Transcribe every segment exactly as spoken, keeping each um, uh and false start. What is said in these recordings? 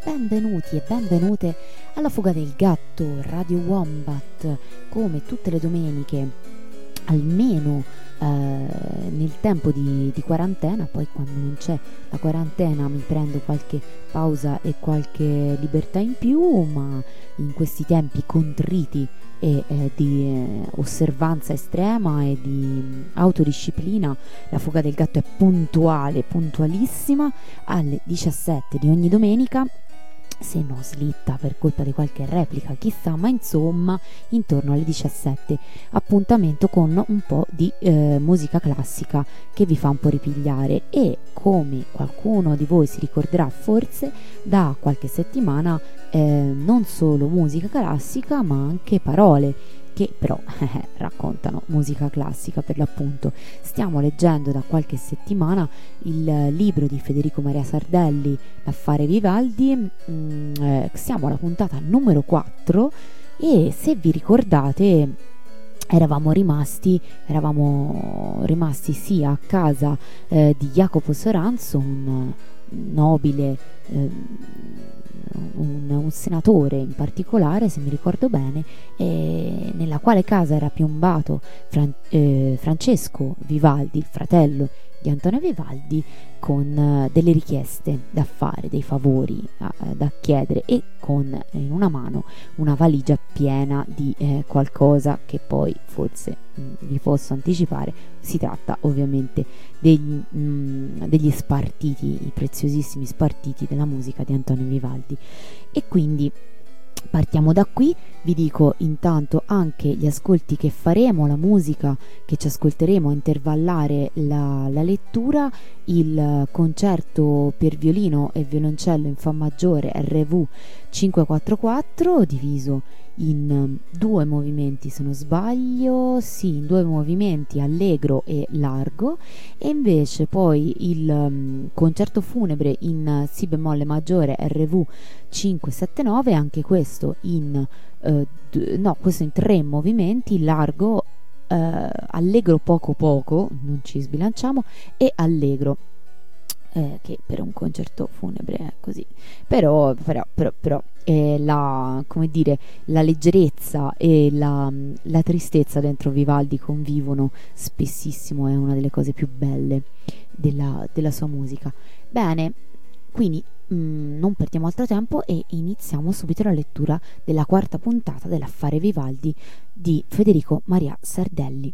benvenuti e benvenute alla Fuga del Gatto, Radio Wombat, come tutte le domeniche, almeno eh, nel tempo di, di quarantena. Poi quando non c'è la quarantena mi prendo qualche pausa e qualche libertà in più, ma in questi tempi contriti e eh, di eh, osservanza estrema e di autodisciplina, la Fuga del Gatto è puntuale, puntualissima alle diciassette di ogni domenica, se non slitta per colpa di qualche replica, chissà, ma insomma intorno alle diciassette, appuntamento con un po' di eh, musica classica che vi fa un po' ripigliare. E come qualcuno di voi si ricorderà forse, da qualche settimana eh, non solo musica classica ma anche parole che però eh, raccontano musica classica per l'appunto. Stiamo leggendo da qualche settimana il libro di Federico Maria Sardelli, L'affare Vivaldi. mm, eh, siamo alla puntata numero quattro e se vi ricordate eravamo rimasti eravamo rimasti sì a casa eh, di Jacopo Soranzo, un nobile eh, Un, un senatore in particolare, se mi ricordo bene, eh, nella quale casa era piombato Fran- eh, Francesco Vivaldi, il fratello di Antonio Vivaldi, con uh, delle richieste da fare, dei favori uh, da chiedere, e con in una mano una valigia piena di eh, qualcosa che poi forse mh, vi posso anticipare. Si tratta ovviamente degli, mh, degli spartiti, i preziosissimi spartiti della musica di Antonio Vivaldi. E quindi partiamo da qui. Vi dico intanto anche gli ascolti che faremo, la musica che ci ascolteremo a intervallare la, la lettura: il concerto per violino e violoncello in fa maggiore R V cinquecentoquarantaquattro, diviso in due movimenti se non sbaglio, sì, in due movimenti allegro e largo, e invece poi il um, concerto funebre in si bemolle maggiore R V cinquecentosettantanove, anche questo in uh, d- no, questo in tre movimenti: largo, uh, allegro poco poco, non ci sbilanciamo, e allegro. Eh, che per un concerto funebre è così, però però, però, però eh, la, come dire, la leggerezza e la, la tristezza dentro Vivaldi convivono spessissimo, è una delle cose più belle della, della sua musica. Bene, quindi mh, non perdiamo altro tempo e iniziamo subito la lettura della quarta puntata dell'Affare Vivaldi di Federico Maria Sardelli.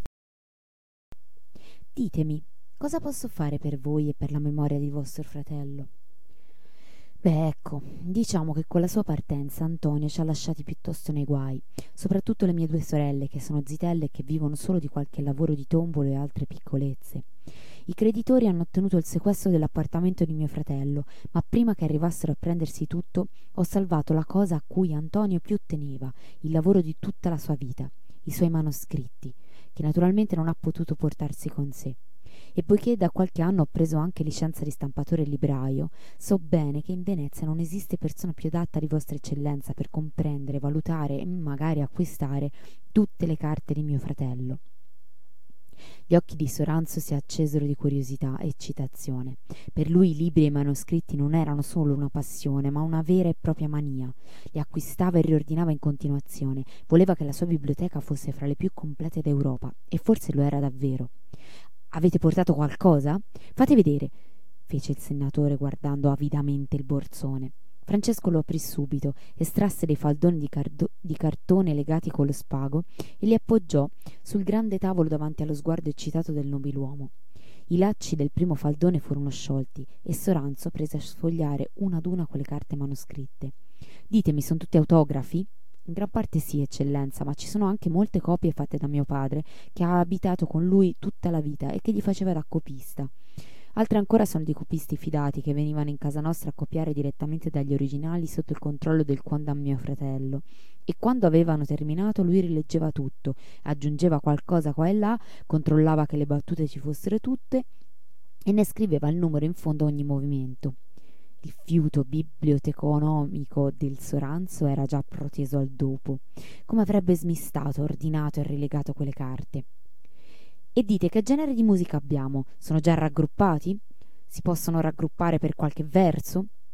Ditemi, cosa posso fare per voi e per la memoria di vostro fratello? Beh, ecco, diciamo che con la sua partenza Antonio ci ha lasciati piuttosto nei guai, soprattutto le mie due sorelle, che sono zitelle e che vivono solo di qualche lavoro di tombolo e altre piccolezze. I creditori hanno ottenuto il sequestro dell'appartamento di mio fratello, ma prima che arrivassero a prendersi tutto, ho salvato la cosa a cui Antonio più teneva, il lavoro di tutta la sua vita, i suoi manoscritti, che naturalmente non ha potuto portarsi con sé. E poiché da qualche anno ho preso anche licenza di stampatore e libraio, so bene che in Venezia non esiste persona più adatta di vostra eccellenza per comprendere, valutare e magari acquistare tutte le carte di mio fratello. Gli occhi di Soranzo si accesero di curiosità e eccitazione. Per lui i libri e i manoscritti non erano solo una passione, ma una vera e propria mania. Li acquistava e riordinava in continuazione. Voleva che la sua biblioteca fosse fra le più complete d'Europa, e forse lo era davvero. «Avete portato qualcosa? Fate vedere», fece il senatore guardando avidamente il borsone. Francesco lo aprì subito, estrasse dei faldoni di, cardo- di cartone legati con lo spago e li appoggiò sul grande tavolo davanti allo sguardo eccitato del nobiluomo. I lacci del primo faldone furono sciolti e Soranzo prese a sfogliare una ad una quelle carte manoscritte. «Ditemi, sono tutti autografi?» «In gran parte sì, eccellenza, ma ci sono anche molte copie fatte da mio padre, che ha abitato con lui tutta la vita e che gli faceva da copista. Altre ancora sono di copisti fidati che venivano in casa nostra a copiare direttamente dagli originali sotto il controllo del quondam mio fratello. E quando avevano terminato lui rileggeva tutto, aggiungeva qualcosa qua e là, controllava che le battute ci fossero tutte e ne scriveva il numero in fondo a ogni movimento. Il fiuto biblioteconomico del Soranzo era già proteso al dopo. Come avrebbe smistato, ordinato e rilegato quelle carte. «E dite, che genere di musica abbiamo? Sono già raggruppati? Si possono raggruppare per qualche verso?»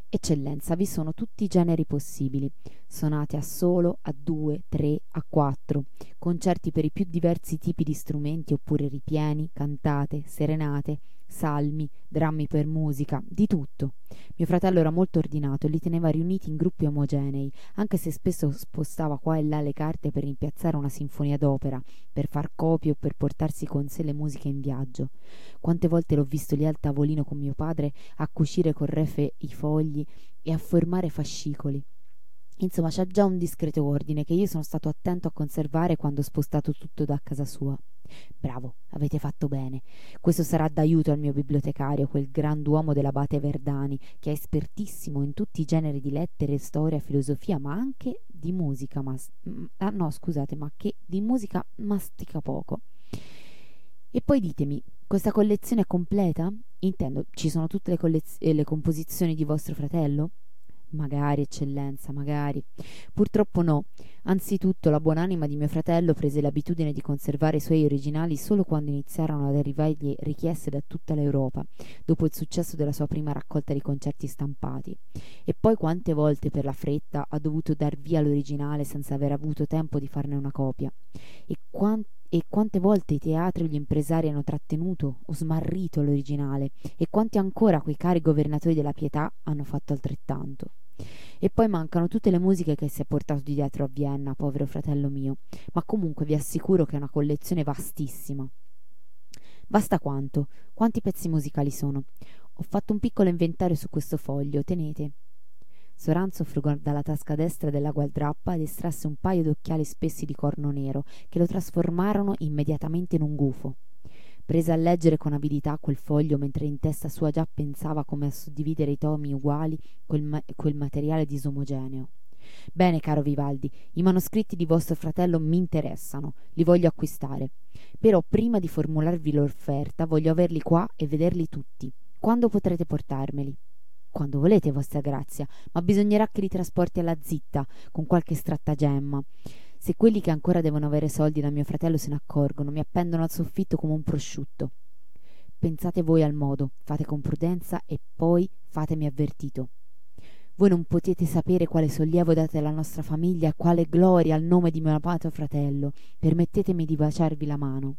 Eccellenza, vi sono tutti i generi possibili, sonate a solo, a due, tre, a quattro, concerti per i più diversi tipi di strumenti oppure ripieni, cantate, serenate, salmi, drammi per musica, di tutto. Mio fratello era molto ordinato e li teneva riuniti in gruppi omogenei, anche se spesso spostava qua e là le carte per rimpiazzare una sinfonia d'opera, per far copie o per portarsi con sé le musiche in viaggio. Quante volte l'ho visto lì al tavolino con mio padre a cucire con refe i fogli e a formare fascicoli. Insomma, c'è già un discreto ordine che io sono stato attento a conservare quando ho spostato tutto da casa sua. Bravo, avete fatto bene. Questo sarà d'aiuto al mio bibliotecario, quel grand'uomo dell'abate Verdani, che è espertissimo in tutti i generi di lettere, storia, filosofia, ma anche di musica. Mas- ah, no, scusate, ma che di musica mastica poco. E poi ditemi, questa collezione è completa? Intendo, ci sono tutte le, collez- le composizioni di vostro fratello? Magari, eccellenza, magari. Purtroppo no. Anzitutto la buonanima di mio fratello prese l'abitudine di conservare i suoi originali solo quando iniziarono ad arrivargli richieste da tutta l'Europa, dopo il successo della sua prima raccolta di concerti stampati. E poi quante volte per la fretta ha dovuto dar via l'originale senza aver avuto tempo di farne una copia. E quante E quante volte i teatri o gli impresari hanno trattenuto o smarrito l'originale, e quanti ancora quei cari governatori della pietà hanno fatto altrettanto. E poi mancano tutte le musiche che si è portato di dietro a Vienna, povero fratello mio, ma comunque vi assicuro che è una collezione vastissima. Basta quanto? Quanti pezzi musicali sono? Ho fatto un piccolo inventario su questo foglio, tenete. Soranzo frugò dalla tasca destra della gualdrappa ed estrasse un paio d'occhiali spessi di corno nero che lo trasformarono immediatamente in un gufo. Prese a leggere con avidità quel foglio mentre in testa sua già pensava come a suddividere i tomi uguali quel, ma- quel materiale disomogeneo. Bene, caro Vivaldi, i manoscritti di vostro fratello mi interessano, li voglio acquistare. Però prima di formularvi l'offerta voglio averli qua e vederli tutti. Quando potrete portarmeli? Quando volete, vostra grazia, ma bisognerà che li trasporti alla zitta con qualche strattagemma. Se quelli che ancora devono avere soldi da mio fratello se ne accorgono, mi appendono al soffitto come un prosciutto. Pensate voi al modo, fate con prudenza e poi fatemi avvertito. Voi non potete sapere quale sollievo date alla nostra famiglia e quale gloria al nome di mio amato fratello. Permettetemi di baciarvi la mano.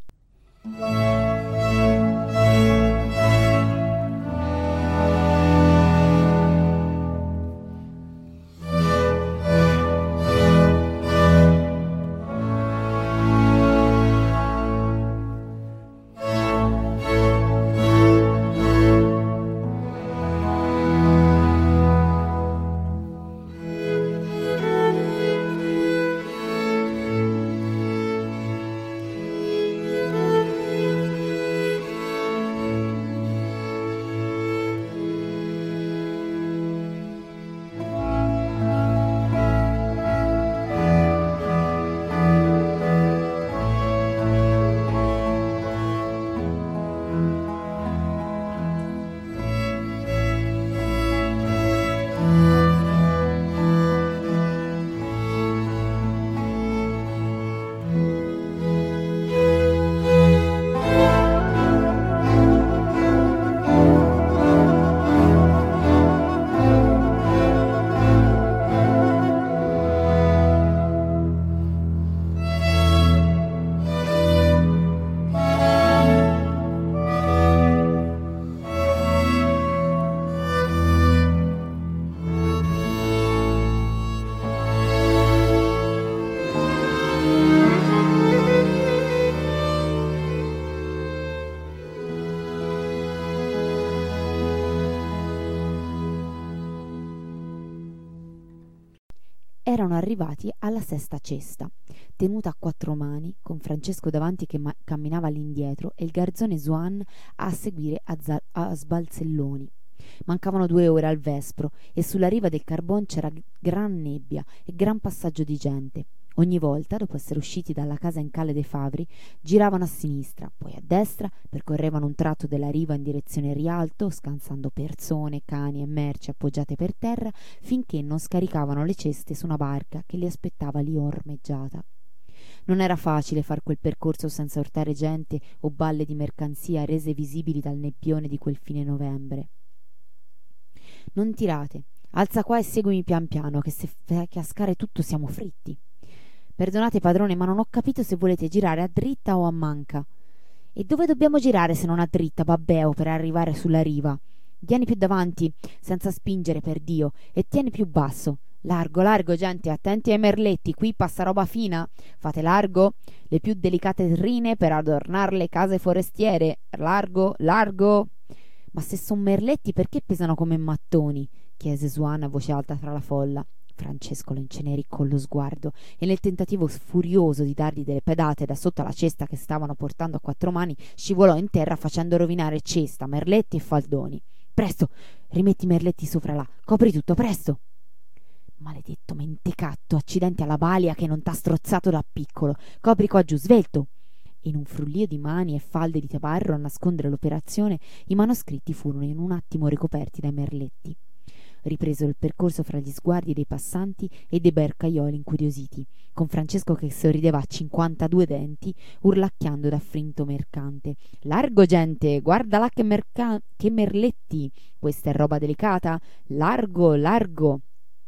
Erano arrivati alla sesta cesta, tenuta a quattro mani, con Francesco davanti che ma- camminava all'indietro e il garzone Swan a seguire a, za- a sbalzelloni. Mancavano due ore al vespro e sulla riva del Carbon c'era gran nebbia e gran passaggio di gente. Ogni volta, dopo essere usciti dalla casa in Calle dei Favri, giravano a sinistra, poi a destra, percorrevano un tratto della riva in direzione Rialto, scansando persone, cani e merci appoggiate per terra, finché non scaricavano le ceste su una barca che li aspettava lì ormeggiata. Non era facile far quel percorso senza urtare gente o balle di mercanzia rese visibili dal nebbione di quel fine novembre. Non tirate, Alza qua e seguimi pian piano, che se fai cascare tutto siamo fritti. Perdonate padrone, ma non ho capito se volete girare a dritta o a manca. E dove dobbiamo girare se non a dritta, babbeo, per arrivare sulla riva? Vieni più davanti, senza spingere, per Dio, e tieni più basso. Largo, largo, gente, attenti ai merletti, qui passa roba fina. Fate largo, le più delicate trine per adornare le case forestiere. Largo, largo. Ma se son merletti, perché pesano come mattoni? Chiese Suana a voce alta tra la folla. Francesco lo incenerì con lo sguardo e nel tentativo furioso di dargli delle pedate da sotto alla cesta che stavano portando a quattro mani scivolò in terra facendo rovinare cesta, merletti e faldoni. Presto, rimetti i merletti sopra là, copri tutto, presto. Maledetto mentecatto, accidenti alla balia che non t'ha strozzato da piccolo, copri qua giù, svelto. In un frullio di mani e falde di tabarro a nascondere l'operazione, i manoscritti furono in un attimo ricoperti dai merletti. Ripresero il percorso fra gli sguardi dei passanti e dei bercaioli incuriositi, con Francesco che sorrideva a cinquantadue denti, urlacchiando da finto mercante. Largo, gente, guarda là che, merca- che merletti! Questa è roba delicata! Largo, largo!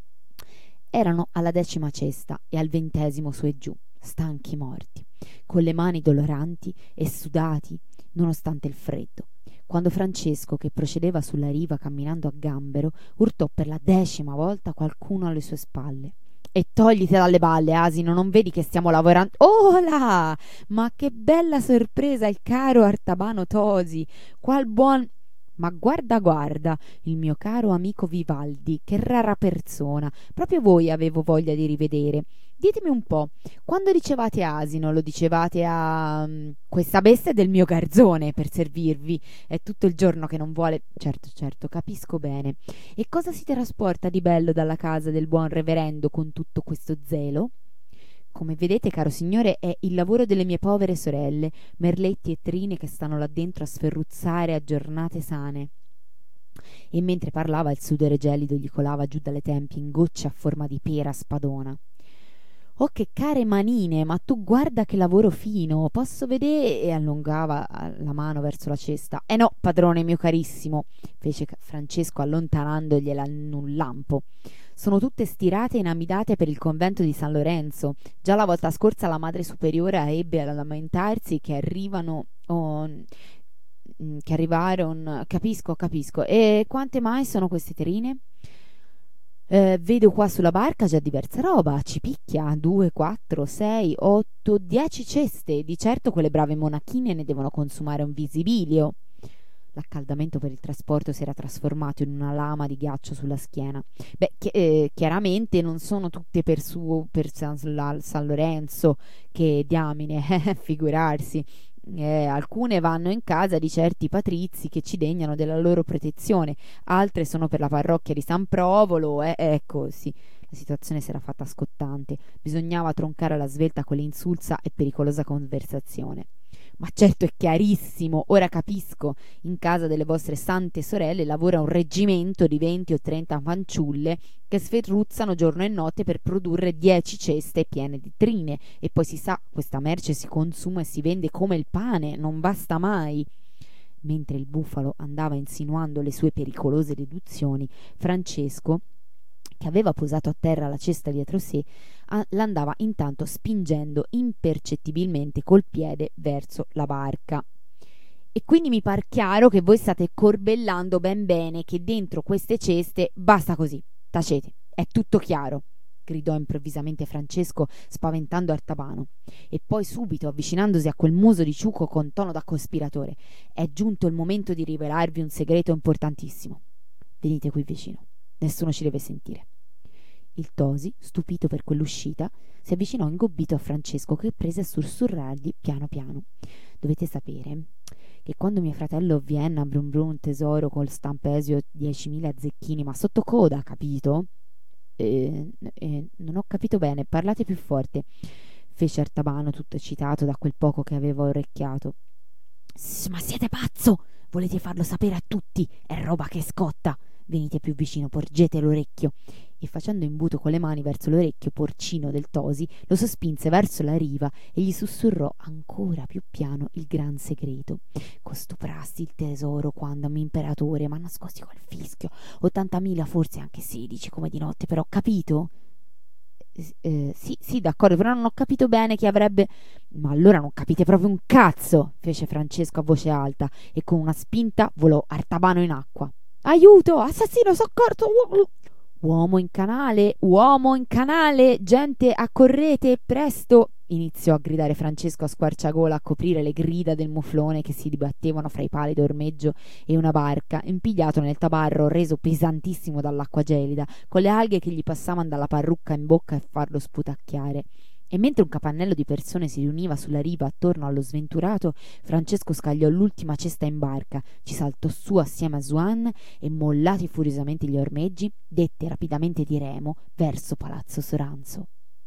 Erano alla decima cesta e al ventesimo su e giù, stanchi morti, con le mani doloranti e sudati, nonostante il freddo, quando Francesco, che procedeva sulla riva camminando a gambero, urtò per la decima volta qualcuno alle sue spalle. E togliti dalle balle, asino, non vedi che stiamo lavorando? Oh là! Ma che bella sorpresa il caro Artabano Tosi! Qual buon... Ma guarda, guarda, il mio caro amico Vivaldi, che rara persona, proprio voi avevo voglia di rivedere. Ditemi un po', quando dicevate asino, lo dicevate a... Um, questa bestia è del mio garzone per servirvi, è tutto il giorno che non vuole... Certo, certo, capisco bene. E cosa si trasporta di bello dalla casa del buon reverendo con tutto questo zelo? Come vedete, caro signore, è il lavoro delle mie povere sorelle, merletti e trine che stanno là dentro a sferruzzare a giornate sane. E mentre parlava il sudore gelido gli colava giù dalle tempie in gocce a forma di pera spadona. Oh, che care manine, ma tu guarda che lavoro fino, posso vedere? E allungava la mano verso la cesta. Eh no, padrone mio carissimo, fece Francesco allontanandogliela in un lampo. Sono tutte stirate e inamidate per il convento di San Lorenzo. Già la volta scorsa la madre superiora ebbe a lamentarsi che arrivano... Oh, che arrivarono... Capisco, capisco. E quante mai sono queste terine? Eh, vedo qua sulla barca già diversa roba, ci picchia, due, quattro, sei, otto, dieci ceste, di certo quelle brave monachine ne devono consumare un visibilio. L'accaldamento per il trasporto si era trasformato in una lama di ghiaccio sulla schiena. Beh, chi- eh, chiaramente non sono tutte per suo per San, San Lorenzo, che diamine, eh, figurarsi. Eh, alcune vanno in casa di certi patrizi che ci degnano della loro protezione, altre sono per la parrocchia di San Provolo, eh, ecco, sì. La situazione si era fatta scottante, bisognava troncare alla svelta quell'insulsa e pericolosa conversazione. Ma certo, è chiarissimo, ora capisco, in casa delle vostre sante sorelle lavora un reggimento di venti o trenta fanciulle che sferruzzano giorno e notte per produrre dieci ceste piene di trine, e poi si sa, questa merce si consuma e si vende come il pane, non basta mai. Mentre il bufalo andava insinuando le sue pericolose deduzioni, Francesco, che aveva posato a terra la cesta dietro sé, l'andava intanto spingendo impercettibilmente col piede verso la barca. E quindi mi par chiaro che voi state corbellando ben bene che dentro queste ceste basta così, tacete, è tutto chiaro, gridò improvvisamente Francesco, spaventando Artabano, e poi subito avvicinandosi a quel muso di ciuco con tono da cospiratore: è giunto il momento di rivelarvi un segreto importantissimo. Venite qui vicino, nessuno ci deve sentire. Il Tosi, stupito per quell'uscita, si avvicinò ingobbito a Francesco, che prese a sussurrargli piano piano: dovete sapere che quando mio fratello Vienna brum brum tesoro col stampesio diecimila zecchini, ma sotto coda, capito? Eh, eh, non ho capito bene, parlate più forte, fece Artabano, tutto eccitato da quel poco che aveva orecchiato. Ma siete pazzo? Volete farlo sapere a tutti? È roba che scotta. venite più vicino, porgete l'orecchio. E facendo imbuto con le mani verso l'orecchio porcino del Tosi, lo sospinse verso la riva e gli sussurrò ancora più piano il gran segreto. Costuprasti il tesoro quando imperatore m'ha nascosti col fischio, ottantamila, forse anche sedici, come di notte, però, capito? Eh, sì, sì, d'accordo, però non ho capito bene chi avrebbe... Ma allora non capite proprio un cazzo, fece Francesco a voce alta e con una spinta volò Artabano in acqua. Aiuto, assassino, soccorso! Uomo in canale, uomo in canale, gente accorrete, presto! Iniziò a gridare Francesco a squarciagola, a coprire le grida del muflone che si dibattevano fra i pali d'ormeggio e una barca, impigliato nel tabarro reso pesantissimo dall'acqua gelida, con le alghe che gli passavano dalla parrucca in bocca e farlo sputacchiare. E mentre un capannello di persone si riuniva sulla riva attorno allo sventurato, Francesco scagliò l'ultima cesta in barca, ci saltò su assieme a Swan e, mollati furiosamente gli ormeggi, dette rapidamente di remo verso Palazzo Soranzo.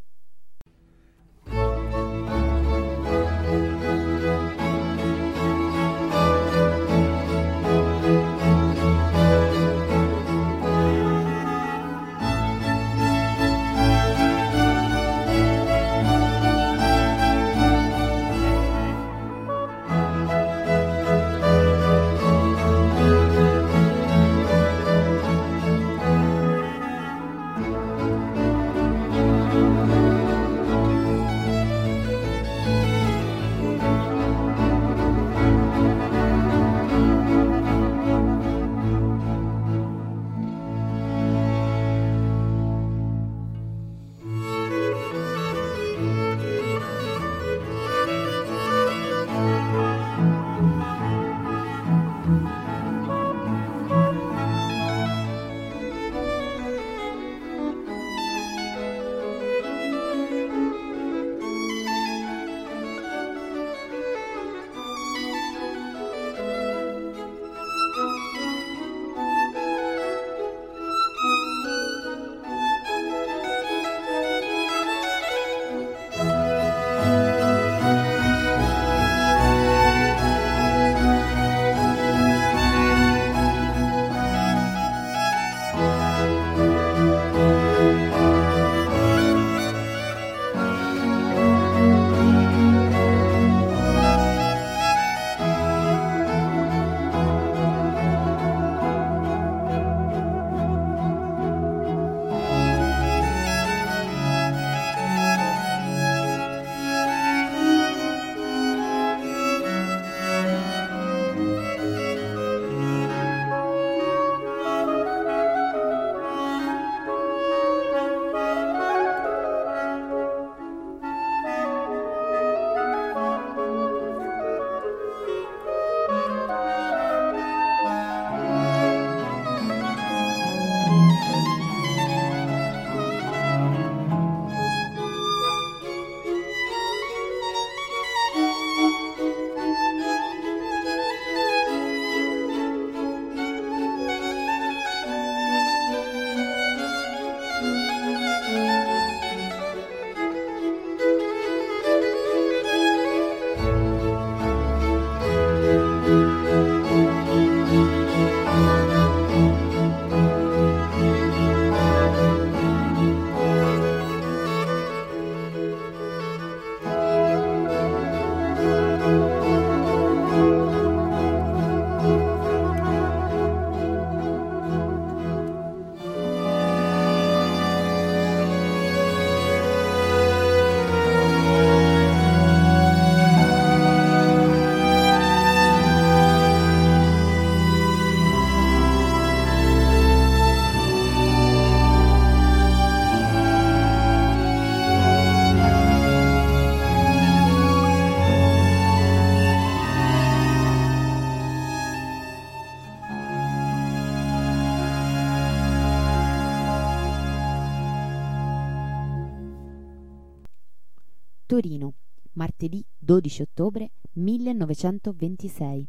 Torino, martedì dodici ottobre millenovecentoventisei.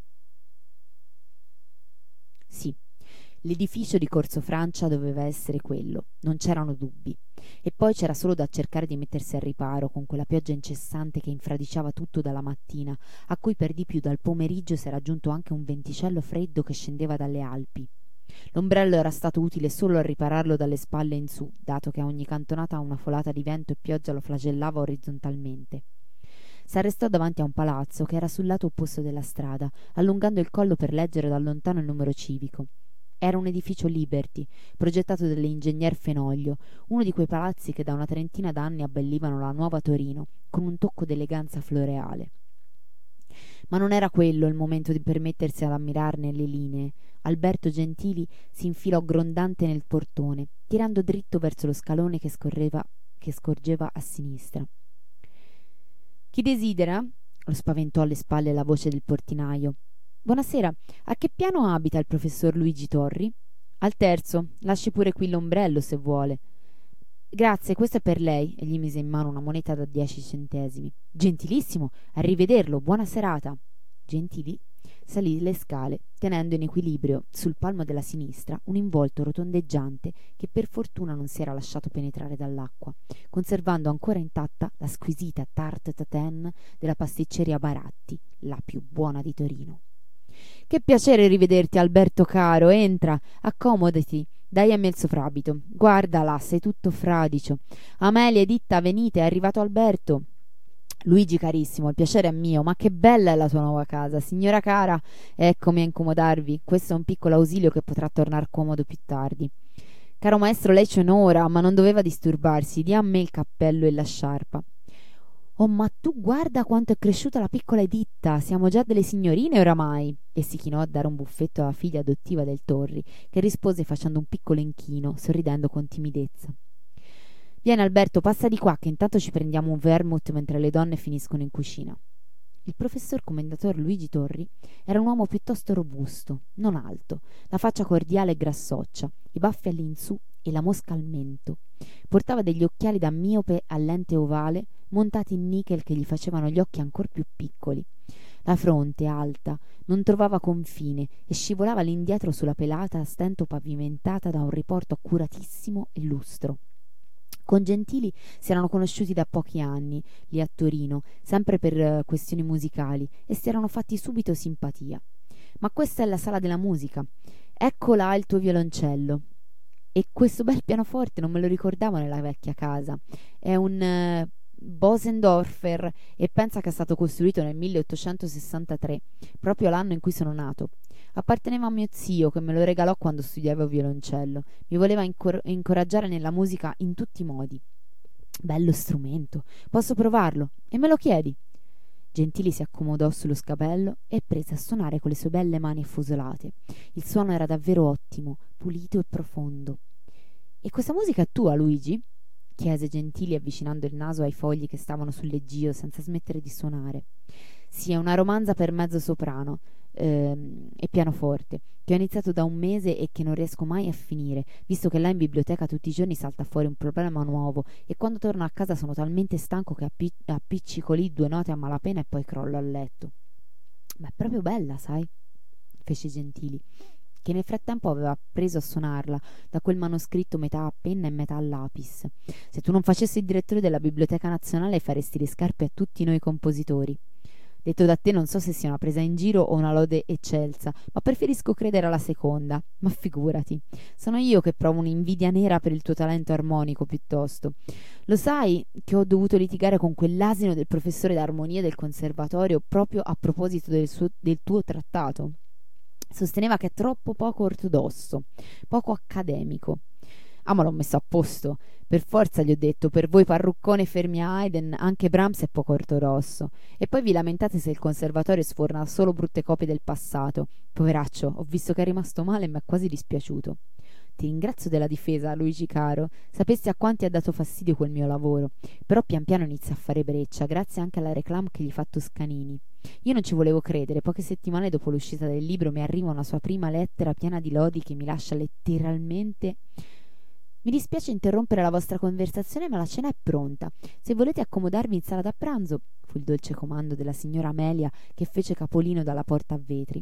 Sì, l'edificio di Corso Francia doveva essere quello, non c'erano dubbi. E poi c'era solo da cercare di mettersi al riparo con quella pioggia incessante che infradiciava tutto dalla mattina, a cui per di più dal pomeriggio s'era aggiunto anche un venticello freddo che scendeva dalle Alpi. L'ombrello era stato utile solo a ripararlo dalle spalle in su, dato che a ogni cantonata una folata di vento e pioggia lo flagellava orizzontalmente. S'arrestò davanti a un palazzo che era sul lato opposto della strada, allungando il collo per leggere da lontano il numero civico. Era un edificio Liberty, progettato dall'ingegner Fenoglio, uno di quei palazzi che da una trentina d'anni abbellivano la nuova Torino, con un tocco d'eleganza floreale. Ma non era quello il momento di permettersi ad ammirarne le linee. Alberto Gentili si infilò grondante nel portone, tirando dritto verso lo scalone che scorreva, che scorgeva a sinistra. «Chi desidera?» lo spaventò alle spalle la voce del portinaio. «Buonasera, a che piano abita il professor Luigi Torri?» «Al terzo, lasci pure qui l'ombrello se vuole». «Grazie, questo è per lei», e gli mise in mano una moneta da dieci centesimi. «Gentilissimo, a rivederlo, buona serata». Gentili salì le scale, tenendo in equilibrio sul palmo della sinistra un involto rotondeggiante che per fortuna non si era lasciato penetrare dall'acqua, conservando ancora intatta la squisita tarte tatin della pasticceria Baratti, la più buona di Torino. «Che piacere rivederti, Alberto caro, entra, accomodati, dai a me il soprabito. Guarda là, sei tutto fradicio. Amelia, Editta, venite, è arrivato Alberto». «Luigi carissimo, il piacere è mio, ma che bella è la tua nuova casa, signora cara, eccomi a incomodarvi, questo è un piccolo ausilio che potrà tornar comodo più tardi». «Caro maestro, lei ci onora, ma non doveva disturbarsi, dia a me il cappello e la sciarpa». «Oh, ma tu guarda quanto è cresciuta la piccola Editta, siamo già delle signorine oramai», e si chinò a dare un buffetto alla figlia adottiva del Torri, che rispose facendo un piccolo inchino, sorridendo con timidezza. «Vieni Alberto, passa di qua che intanto ci prendiamo un vermouth mentre le donne finiscono in cucina». Il professor commendator Luigi Torri era un uomo piuttosto robusto, non alto, la faccia cordiale e grassoccia, i baffi all'insù e la mosca al mento. Portava degli occhiali da miope a lente ovale montati in nichel che gli facevano gli occhi ancor più piccoli. La fronte, alta, non trovava confine e scivolava all'indietro sulla pelata a stento pavimentata da un riporto accuratissimo e lustro. Con Gentili si erano conosciuti da pochi anni, lì a Torino, sempre per uh, questioni musicali, e si erano fatti subito simpatia. «Ma questa è la sala della musica. Ecco là il tuo violoncello. E questo bel pianoforte non me lo ricordavo nella vecchia casa. È un uh, Bosendorfer e pensa che è stato costruito nel milleottocentosessantatré, proprio l'anno in cui sono nato. Apparteneva a mio zio che me lo regalò quando studiavo violoncello. Mi voleva incor- incoraggiare nella musica in tutti i modi. Bello strumento, posso provarlo? E me lo chiedi?» Gentili si accomodò sullo scapello e prese a suonare con le sue belle mani affusolate. Il suono era davvero ottimo, pulito e profondo. «E questa musica è tua, Luigi?» chiese Gentili avvicinando il naso ai fogli che stavano sul leggio senza smettere di suonare. «Sì, è una romanza per mezzo soprano ehm, e pianoforte che ho iniziato da un mese e che non riesco mai a finire, visto che là in biblioteca tutti i giorni salta fuori un problema nuovo e quando torno a casa sono talmente stanco che appi- appiccico lì due note a malapena e poi crollo a letto». «Ma è proprio bella, sai?» fece Gentili, che nel frattempo aveva preso a suonarla da quel manoscritto metà a penna e metà a lapis. «Se tu non facessi il direttore della Biblioteca Nazionale faresti le scarpe a tutti noi compositori». «Detto da te non so se sia una presa in giro o una lode eccelsa, ma preferisco credere alla seconda. Ma figurati, sono io che provo un'invidia nera per il tuo talento armonico piuttosto. Lo sai che ho dovuto litigare con quell'asino del professore d'armonia del conservatorio proprio a proposito del, suo, del tuo trattato? Sosteneva che è troppo poco ortodosso, poco accademico. Ah, ma l'ho messo a posto. Per forza gli ho detto, per voi parruccone fermi a Haydn, anche Brahms è poco ortodosso. E poi vi lamentate se il conservatorio sforna solo brutte copie del passato. Poveraccio, ho visto che è rimasto male e mi è quasi dispiaciuto». «Ti ringrazio della difesa, Luigi caro. Sapessi a quanti ha dato fastidio quel mio lavoro. Però pian piano inizia a fare breccia, grazie anche alla reclame che gli fa Toscanini. Io non ci volevo credere. Poche settimane dopo l'uscita del libro mi arriva una sua prima lettera piena di lodi che mi lascia letteralmente... Mi dispiace interrompere la vostra conversazione, ma la cena è pronta. Se volete accomodarvi in sala da pranzo», fu il dolce comando della signora Amelia che fece capolino dalla porta a vetri.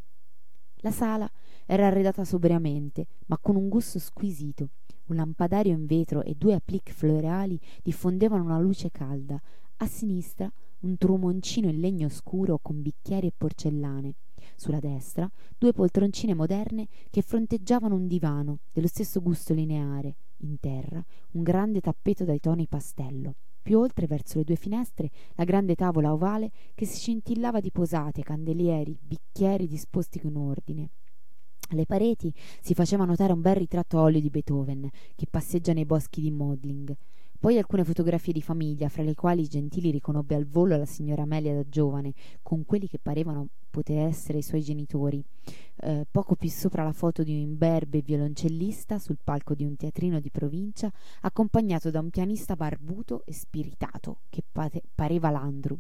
La sala era arredata sobriamente, ma con un gusto squisito. Un lampadario in vetro e due applique floreali diffondevano una luce calda. A sinistra un trumoncino in legno scuro con bicchieri e porcellane. Sulla destra, due poltroncine moderne che fronteggiavano un divano dello stesso gusto lineare. In terra, un grande tappeto dai toni pastello. Più oltre, verso le due finestre, la grande tavola ovale che si scintillava di posate, candelieri, bicchieri disposti con ordine. Alle pareti si faceva notare un bel ritratto a olio di Beethoven che passeggia nei boschi di Modling. Poi alcune fotografie di famiglia, fra le quali Gentili riconobbe al volo la signora Amelia da giovane, con quelli che parevano poter essere i suoi genitori. Eh, poco più sopra la foto di un imberbe violoncellista sul palco di un teatrino di provincia, accompagnato da un pianista barbuto e spiritato, che pate- pareva Landru.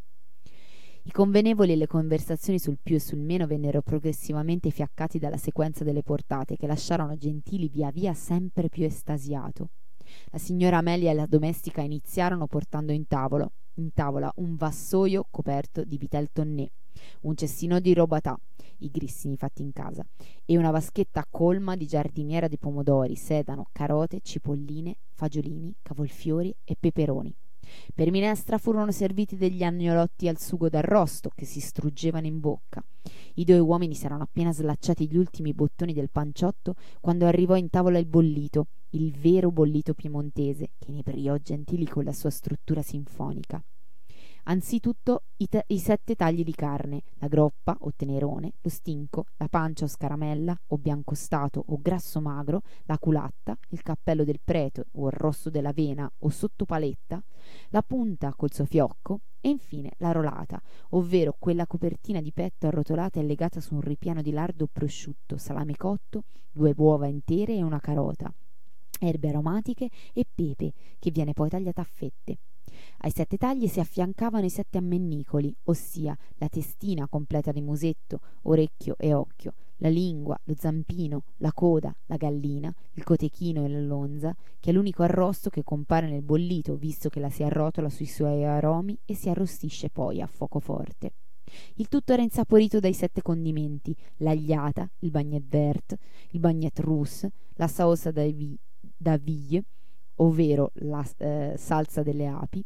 I convenevoli e le conversazioni sul più e sul meno vennero progressivamente fiaccati dalla sequenza delle portate, che lasciarono Gentili via via sempre più estasiato. La signora Amelia e la domestica iniziarono portando in, tavolo, in tavola un vassoio coperto di vitel tonné, un cestino di robatà, i grissini fatti in casa, e una vaschetta colma di giardiniera di pomodori, sedano, carote, cipolline, fagiolini, cavolfiori e peperoni. Per minestra furono serviti degli agnolotti al sugo d'arrosto che si struggevano in bocca. I due uomini si erano appena slacciati gli ultimi bottoni del panciotto quando arrivò in tavola il bollito, il vero bollito piemontese, che inebriò Gentili con la sua struttura sinfonica. Anzitutto i, te- i sette tagli di carne, la groppa o tenerone, lo stinco, la pancia o scaramella o biancostato o grasso magro, la culatta, il cappello del prete o il rosso dell'avena o sottopaletta, la punta col suo fiocco e infine la rolata, ovvero quella copertina di petto arrotolata e legata su un ripiano di lardo prosciutto, salame cotto, due uova intere e una carota, erbe aromatiche e pepe, che viene poi tagliata a fette. Ai sette tagli si affiancavano i sette ammennicoli, ossia la testina completa di musetto, orecchio e occhio, la lingua, lo zampino, la coda, la gallina, il cotechino e la lonza, che è l'unico arrosto che compare nel bollito, visto che la si arrotola sui suoi aromi e si arrostisce poi a fuoco forte. Il tutto era insaporito dai sette condimenti: l'agliata, il bagnet vert, il bagnet rousse, la sauce d'aville, ovvero la eh, salsa delle api,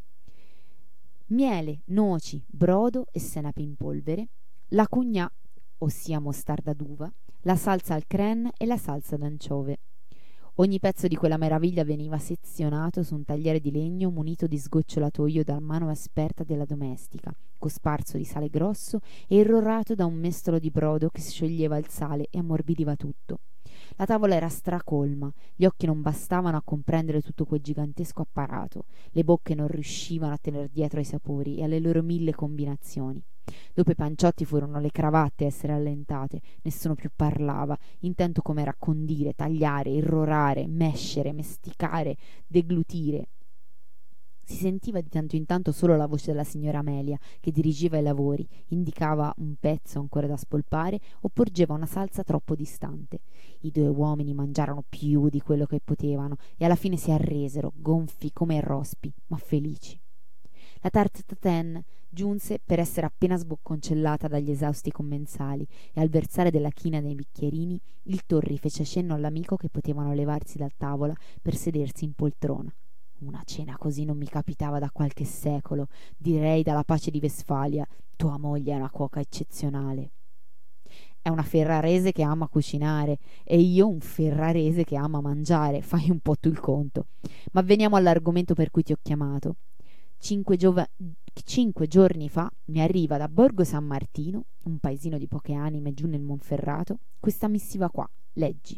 miele, noci, brodo e senape in polvere, la cugnà, ossia mostarda d'uva, la salsa al crème e la salsa d'anciove. Ogni pezzo di quella meraviglia veniva sezionato su un tagliere di legno munito di sgocciolatoio da mano esperta della domestica, cosparso di sale grosso e irrorato da un mestolo di brodo che scioglieva il sale e ammorbidiva tutto. La tavola era stracolma, gli occhi non bastavano a comprendere tutto quel gigantesco apparato, le bocche non riuscivano a tener dietro ai sapori e alle loro mille combinazioni. Dopo i panciotti furono le cravatte a essere allentate, nessuno più parlava, intento com'era a condire, tagliare, irrorare, mescere, mesticare, deglutire. Si sentiva di tanto in tanto solo la voce della signora Amelia, che dirigeva i lavori, indicava un pezzo ancora da spolpare o porgeva una salsa troppo distante. I due uomini mangiarono più di quello che potevano e alla fine si arresero, gonfi come rospi, ma felici. La tarte tatin giunse per essere appena sbocconcellata dagli esausti commensali e al versare della china nei bicchierini il Torri fece cenno all'amico che potevano levarsi da tavola per sedersi in poltrona. Una cena così non mi capitava da qualche secolo, direi dalla pace di Westfalia. Tua moglie è una cuoca eccezionale. È una ferrarese che ama cucinare e io un ferrarese che ama mangiare, fai un po' tu il conto. Ma veniamo all'argomento per cui ti ho chiamato. Cinque, giova- cinque giorni fa mi arriva da Borgo San Martino, un paesino di poche anime giù nel Monferrato, questa missiva qua, leggi.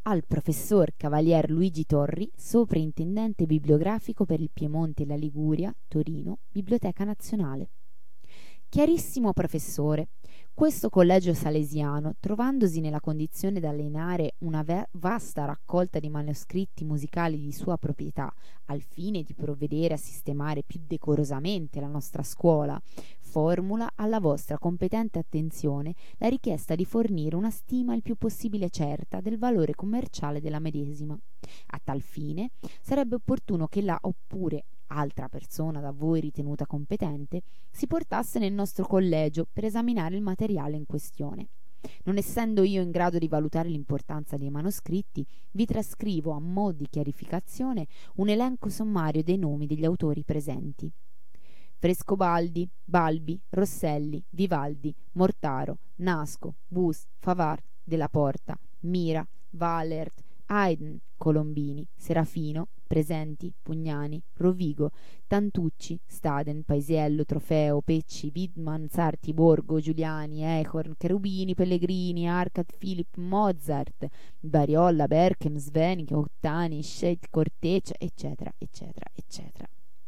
al professor Cavalier Luigi Torri, sovrintendente bibliografico per il Piemonte e la Liguria, Torino, Biblioteca Nazionale. Chiarissimo professore, questo collegio salesiano, trovandosi nella condizione di allenare una vasta raccolta di manoscritti musicali di sua proprietà, al fine di provvedere a sistemare più decorosamente la nostra scuola, formula alla vostra competente attenzione la richiesta di fornire una stima il più possibile certa del valore commerciale della medesima. A tal fine sarebbe opportuno che la oppure altra persona da voi ritenuta competente si portasse nel nostro collegio per esaminare il materiale in questione. Non essendo io in grado di valutare l'importanza dei manoscritti, vi trascrivo a mo' di chiarificazione un elenco sommario dei nomi degli autori presenti: Frescobaldi, Balbi, Rosselli, Vivaldi, Mortaro, Nasco, Bus, Favart, Della Porta, Mira, Valert, Haydn, Colombini, Serafino, Presenti, Pugnani, Rovigo, Tantucci, Staden, Paisiello, Trofeo, Pecci, Widman, Sarti, Borgo, Giuliani, Echorn, Cherubini, Pellegrini, Arcad, Philip, Mozart, Bariolla, Berkem, Svenik, Ottani, Scheit, Corteccia, eccetera, eccetera, eccetera.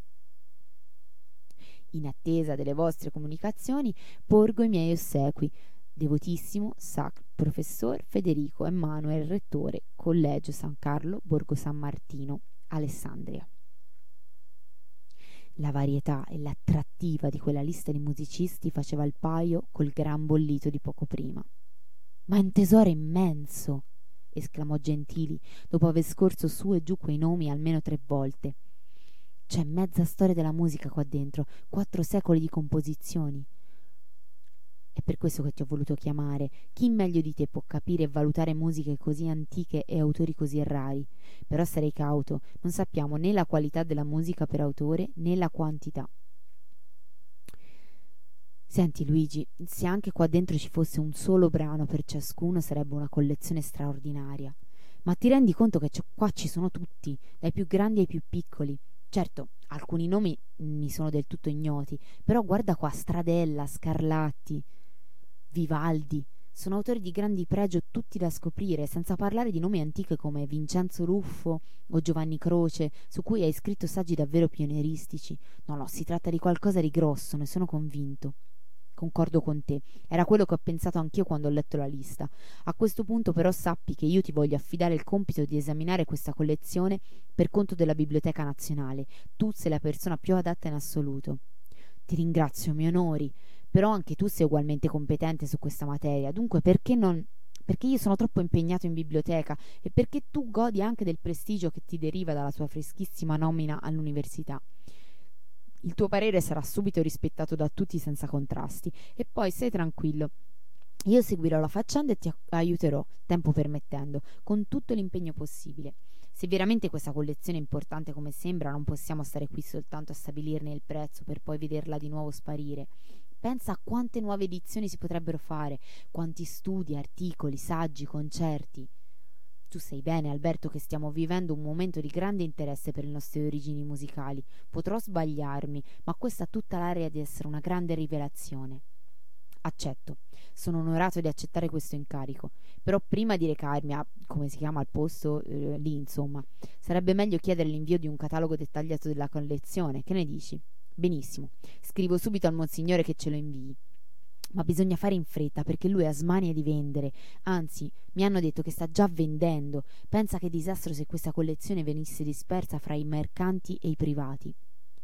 In attesa delle vostre comunicazioni, porgo i miei ossequi. Devotissimo Sacro Professor Federico Emanuele Rettore, Collegio San Carlo, Borgo San Martino, Alessandria. La varietà e l'attrattiva di quella lista di musicisti faceva il paio col gran bollito di poco prima. «Ma è un tesoro immenso!» esclamò Gentili, dopo aver scorso su e giù quei nomi almeno tre volte. «C'è mezza storia della musica qua dentro, quattro secoli di composizioni. È per questo che ti ho voluto chiamare. Chi meglio di te può capire e valutare musiche così antiche e autori così rari? Però sarei cauto, non sappiamo né la qualità della musica per autore né la quantità. Senti Luigi, se anche qua dentro ci fosse un solo brano per ciascuno sarebbe una collezione straordinaria. Ma ti rendi conto che qua ci sono tutti, dai più grandi ai più piccoli? Certo, alcuni nomi mi sono del tutto ignoti, però guarda qua, Stradella, Scarlatti, Vivaldi, sono autori di grandi pregio tutti da scoprire, senza parlare di nomi antichi come Vincenzo Ruffo o Giovanni Croce, su cui hai scritto saggi davvero pionieristici. No, no, si tratta di qualcosa di grosso, ne sono convinto. Concordo con te, era quello che ho pensato anch'io quando ho letto la lista. A questo punto però sappi che io ti voglio affidare il compito di esaminare questa collezione per conto della Biblioteca Nazionale. Tu sei la persona più adatta in assoluto. Ti ringrazio, mi onori, però anche tu sei ugualmente competente su questa materia, dunque perché non... perché io sono troppo impegnato in biblioteca e perché tu godi anche del prestigio che ti deriva dalla tua freschissima nomina all'università. Il tuo parere sarà subito rispettato da tutti senza contrasti, e poi stai tranquillo, io seguirò la faccenda e ti aiuterò, tempo permettendo, con tutto l'impegno possibile. Se veramente questa collezione è importante come sembra, non possiamo stare qui soltanto a stabilirne il prezzo per poi vederla di nuovo sparire. Pensa a quante nuove edizioni si potrebbero fare, quanti studi, articoli, saggi, concerti. Tu sai bene, Alberto, che stiamo vivendo un momento di grande interesse per le nostre origini musicali. Potrò sbagliarmi, ma questa ha tutta l'aria di essere una grande rivelazione. Accetto, sono onorato di accettare questo incarico, però prima di recarmi a, come si chiama, al posto eh, lì, insomma, sarebbe meglio chiedere l'invio di un catalogo dettagliato della collezione. Che ne dici? Benissimo, scrivo subito al Monsignore che ce lo invii. Ma bisogna fare in fretta perché lui ha smania di vendere, anzi mi hanno detto che sta già vendendo. Pensa che disastro se questa collezione venisse dispersa fra i mercanti e i privati.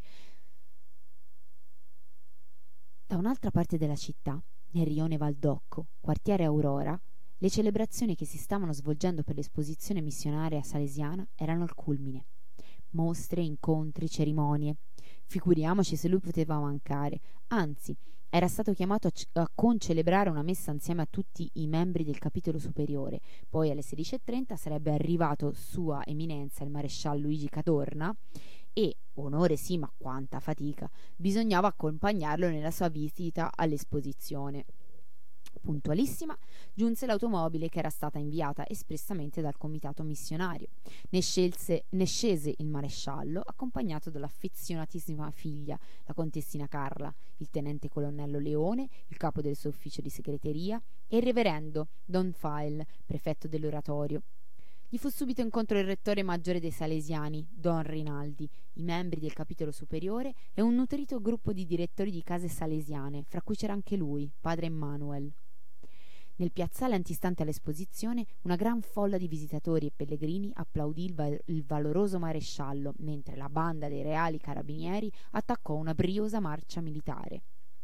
Da un'altra parte della città, nel rione Valdocco, quartiere Aurora, le celebrazioni che si stavano svolgendo per l'esposizione missionaria salesiana erano al culmine. Mostre, incontri, cerimonie. Figuriamoci se lui poteva mancare, anzi era stato chiamato a, c- a concelebrare una messa insieme a tutti i membri del capitolo superiore. Poi alle sedici e trenta sarebbe arrivato Sua Eminenza il maresciallo Luigi Cadorna e, onore sì ma quanta fatica, bisognava accompagnarlo nella sua visita all'esposizione. Puntualissima giunse l'automobile che era stata inviata espressamente dal comitato missionario. Ne, scelse, ne scese il maresciallo accompagnato dall'affezionatissima figlia, la contessina Carla, il tenente colonnello Leone, il capo del suo ufficio di segreteria, e il reverendo Don File, prefetto dell'oratorio. Gli fu subito incontro il rettore maggiore dei Salesiani, Don Rinaldi, i membri del capitolo superiore e un nutrito gruppo di direttori di case salesiane, fra cui c'era anche lui, padre Emmanuel. Nel piazzale antistante all'esposizione una gran folla di visitatori e pellegrini applaudì il, val- il valoroso maresciallo, mentre la banda dei reali carabinieri attaccò una briosa marcia militare.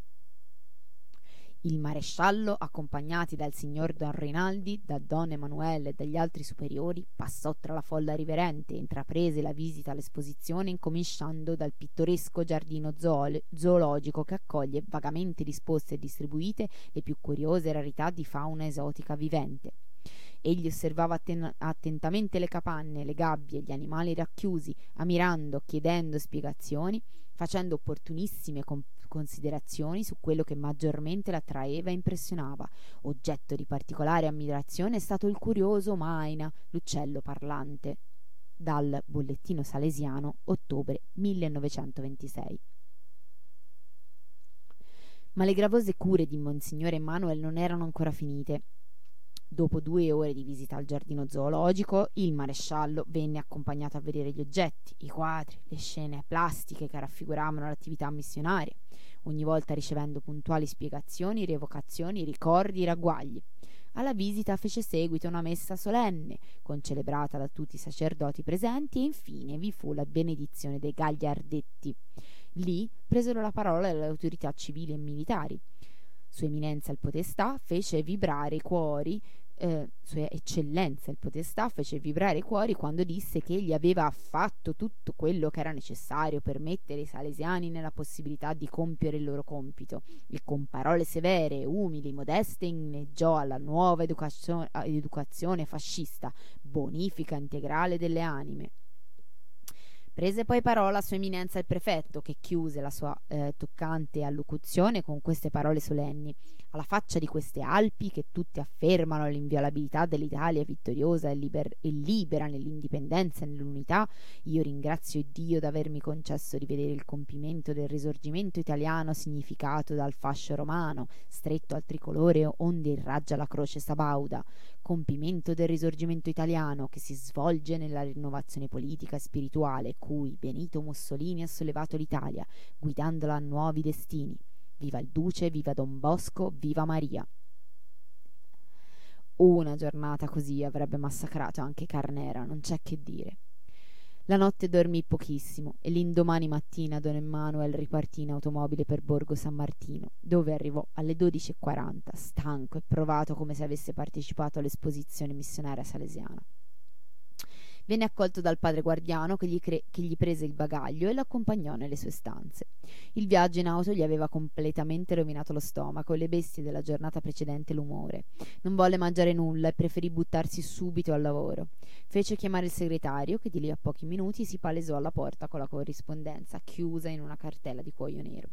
Il maresciallo, accompagnati dal signor Don Rinaldi, da Don Emanuele e dagli altri superiori, passò tra la folla riverente e intraprese la visita all'esposizione incominciando dal pittoresco giardino zoolo- zoologico che accoglie, vagamente disposte e distribuite, le più curiose rarità di fauna esotica vivente. Egli osservava atten- attentamente le capanne, le gabbie, gli animali racchiusi, ammirando, chiedendo spiegazioni, facendo opportunissime com- considerazioni su quello che maggiormente l'attraeva e impressionava. Oggetto di particolare ammirazione è stato il curioso Maina, l'uccello parlante. Dal Bollettino Salesiano, ottobre millenovecentoventisei. Ma le gravose cure di Monsignore Emanuel non erano ancora finite. Dopo due ore di visita al giardino zoologico, il maresciallo venne accompagnato a vedere gli oggetti, i quadri, le scene plastiche che raffiguravano l'attività missionaria, ogni volta ricevendo puntuali spiegazioni, rievocazioni, ricordi, ragguagli. Alla visita fece seguito una messa solenne, concelebrata da tutti i sacerdoti presenti, e infine vi fu la benedizione dei gagliardetti. Lì presero la parola le autorità civili e militari. Sua Eminenza il Podestà fece vibrare i cuori, eh, Sua Eccellenza il Podestà fece vibrare i cuori quando disse che egli aveva fatto tutto quello che era necessario per mettere i salesiani nella possibilità di compiere il loro compito, e con parole severe, umili, modeste inneggiò alla nuova educazio- educazione fascista, bonifica integrale delle anime. Prese poi parola Sua Eminenza il Prefetto, che chiuse la sua eh, toccante allocuzione con queste parole solenni: alla faccia di queste Alpi che tutte affermano l'inviolabilità dell'Italia vittoriosa e, liber- e libera nell'indipendenza e nell'unità, io ringrazio Dio d'avermi concesso di vedere il compimento del risorgimento italiano significato dal fascio romano, stretto al tricolore onde irraggia la croce sabauda, compimento del risorgimento italiano che si svolge nella rinnovazione politica e spirituale cui Benito Mussolini ha sollevato l'Italia, guidandola a nuovi destini. Viva il Duce, viva Don Bosco, viva Maria. Una giornata così avrebbe massacrato anche Carnera, non c'è che dire. La notte dormì pochissimo e l'indomani mattina Don Emanuel ripartì in automobile per Borgo San Martino, dove arrivò alle dodici e quaranta, stanco e provato come se avesse partecipato all'esposizione missionaria salesiana. Venne accolto dal padre guardiano che gli, cre- che gli prese il bagaglio e lo accompagnò nelle sue stanze. Il viaggio in auto gli aveva completamente rovinato lo stomaco e le bestie della giornata precedente l'umore. Non volle mangiare nulla e preferì buttarsi subito al lavoro. Fece chiamare il segretario, che di lì a pochi minuti si palesò alla porta con la corrispondenza chiusa in una cartella di cuoio nero.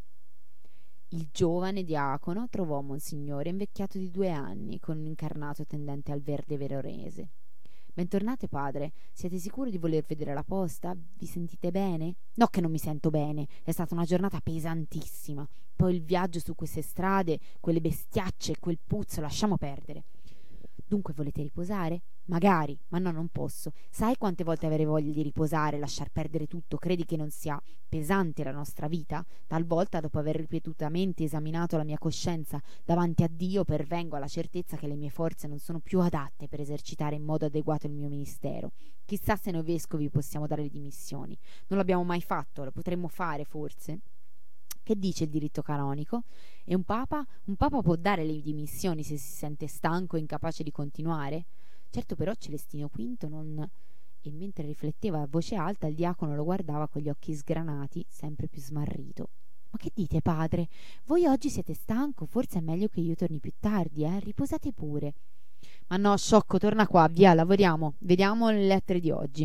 Il giovane diacono trovò Monsignore invecchiato di due anni, con un incarnato tendente al verde veronese. «Bentornate, padre. Siete sicuro di voler vedere la posta? Vi sentite bene?» «No che non mi sento bene. È stata una giornata pesantissima. Poi il viaggio su queste strade, quelle bestiacce, quel puzzo, lasciamo perdere». «Dunque volete riposare?» «Magari, ma no, non posso. Sai quante volte avere voglia di riposare, lasciar perdere tutto? Credi che non sia pesante la nostra vita?» «Talvolta, dopo aver ripetutamente esaminato la mia coscienza davanti a Dio, pervengo alla certezza che le mie forze non sono più adatte per esercitare in modo adeguato il mio ministero. Chissà se noi vescovi possiamo dare le dimissioni. Non l'abbiamo mai fatto, lo potremmo fare forse?» «Che dice il diritto canonico? E un papa? Un papa può dare le dimissioni se si sente stanco e incapace di continuare?» «Certo, però Celestino quinto non...» E mentre rifletteva a voce alta il diacono lo guardava con gli occhi sgranati, sempre più smarrito. «Ma che dite, padre? Voi oggi siete stanco? Forse è meglio che io torni più tardi, eh? Riposate pure». «Ma no, sciocco, torna qua, via, lavoriamo. Vediamo le lettere di oggi».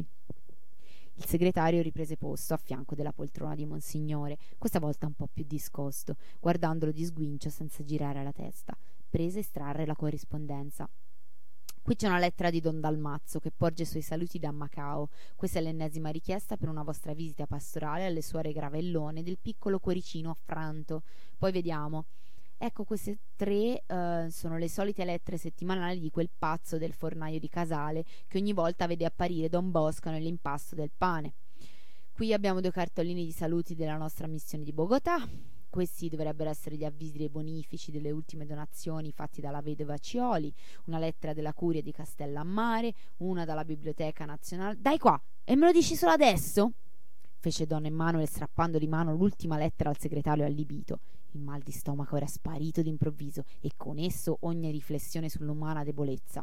Il segretario riprese posto a fianco della poltrona di Monsignore, questa volta un po' più discosto, guardandolo di sguincio senza girare la testa. Prese a estrarre la corrispondenza. «Qui c'è una lettera di Don Dalmazzo che porge i suoi saluti da Macao. Questa è l'ennesima richiesta per una vostra visita pastorale alle suore Gravellone del piccolo cuoricino affranto. Poi vediamo. Ecco, queste tre eh, sono le solite lettere settimanali di quel pazzo del fornaio di Casale che ogni volta vede apparire Don Bosco nell'impasto del pane. Qui abbiamo due cartolini di saluti della nostra missione di Bogotà. Questi dovrebbero essere gli avvisi dei bonifici delle ultime donazioni fatti dalla vedova Cioli, una lettera della curia di Castellammare, una dalla Biblioteca Nazionale. Dai qua, e me lo dici solo adesso? Fece Don Emanuele strappando di mano l'ultima lettera al segretario allibito. Il mal di stomaco era sparito d'improvviso e con esso ogni riflessione sull'umana debolezza.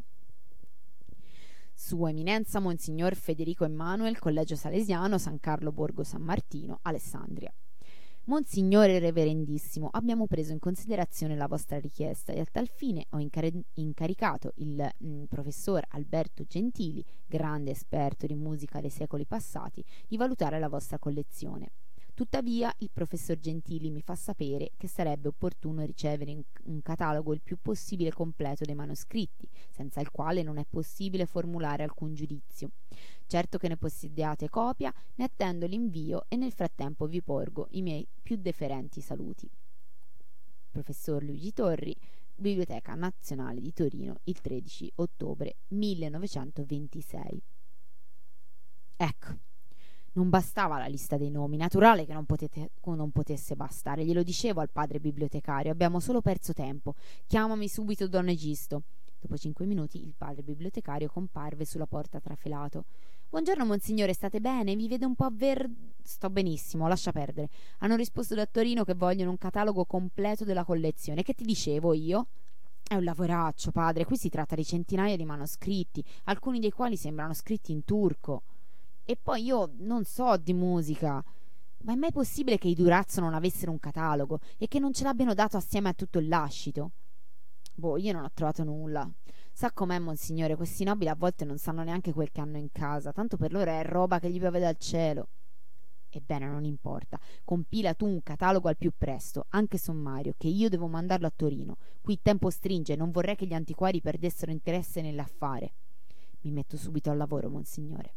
Sua Eminenza Monsignor Federico Emanuel, Collegio Salesiano, San Carlo Borgo San Martino, Alessandria. Monsignore Reverendissimo, abbiamo preso in considerazione la vostra richiesta e a tal fine ho incari- incaricato il mh, professor Alberto Gentili, grande esperto di musica dei secoli passati, di valutare la vostra collezione. Tuttavia il professor Gentili mi fa sapere che sarebbe opportuno ricevere in un catalogo il più possibile completo dei manoscritti, senza il quale non è possibile formulare alcun giudizio. Certo che ne possediate copia, ne attendo l'invio e nel frattempo vi porgo i miei più deferenti saluti. Professor Luigi Torri, Biblioteca Nazionale di Torino, il tredici ottobre millenovecentoventisei. Ecco. Non bastava la lista dei nomi, naturale che non, potete, non potesse bastare. Glielo dicevo al padre bibliotecario, abbiamo solo perso tempo. Chiamami subito Don Egisto. Dopo cinque minuti il padre bibliotecario comparve sulla porta trafelato. Buongiorno monsignore, state bene? Vi vedo un po' avver... Sto benissimo, lascia perdere. Hanno risposto da Torino che vogliono un catalogo completo della collezione. Che ti dicevo io? È un lavoraccio, padre. Qui si tratta di centinaia di manoscritti, alcuni dei quali sembrano scritti in turco. E poi io non so di musica. Ma è mai possibile che i Durazzo non avessero un catalogo e che non ce l'abbiano dato assieme a tutto il lascito? Boh, io non ho trovato nulla. Sa com'è, monsignore, questi nobili a volte non sanno neanche quel che hanno in casa, tanto per loro è roba che gli piove dal cielo. Ebbene, non importa. Compila tu un catalogo al più presto, anche sommario, che io devo mandarlo a Torino. Qui il tempo stringe e non vorrei che gli antiquari perdessero interesse nell'affare. Mi metto subito al lavoro, monsignore.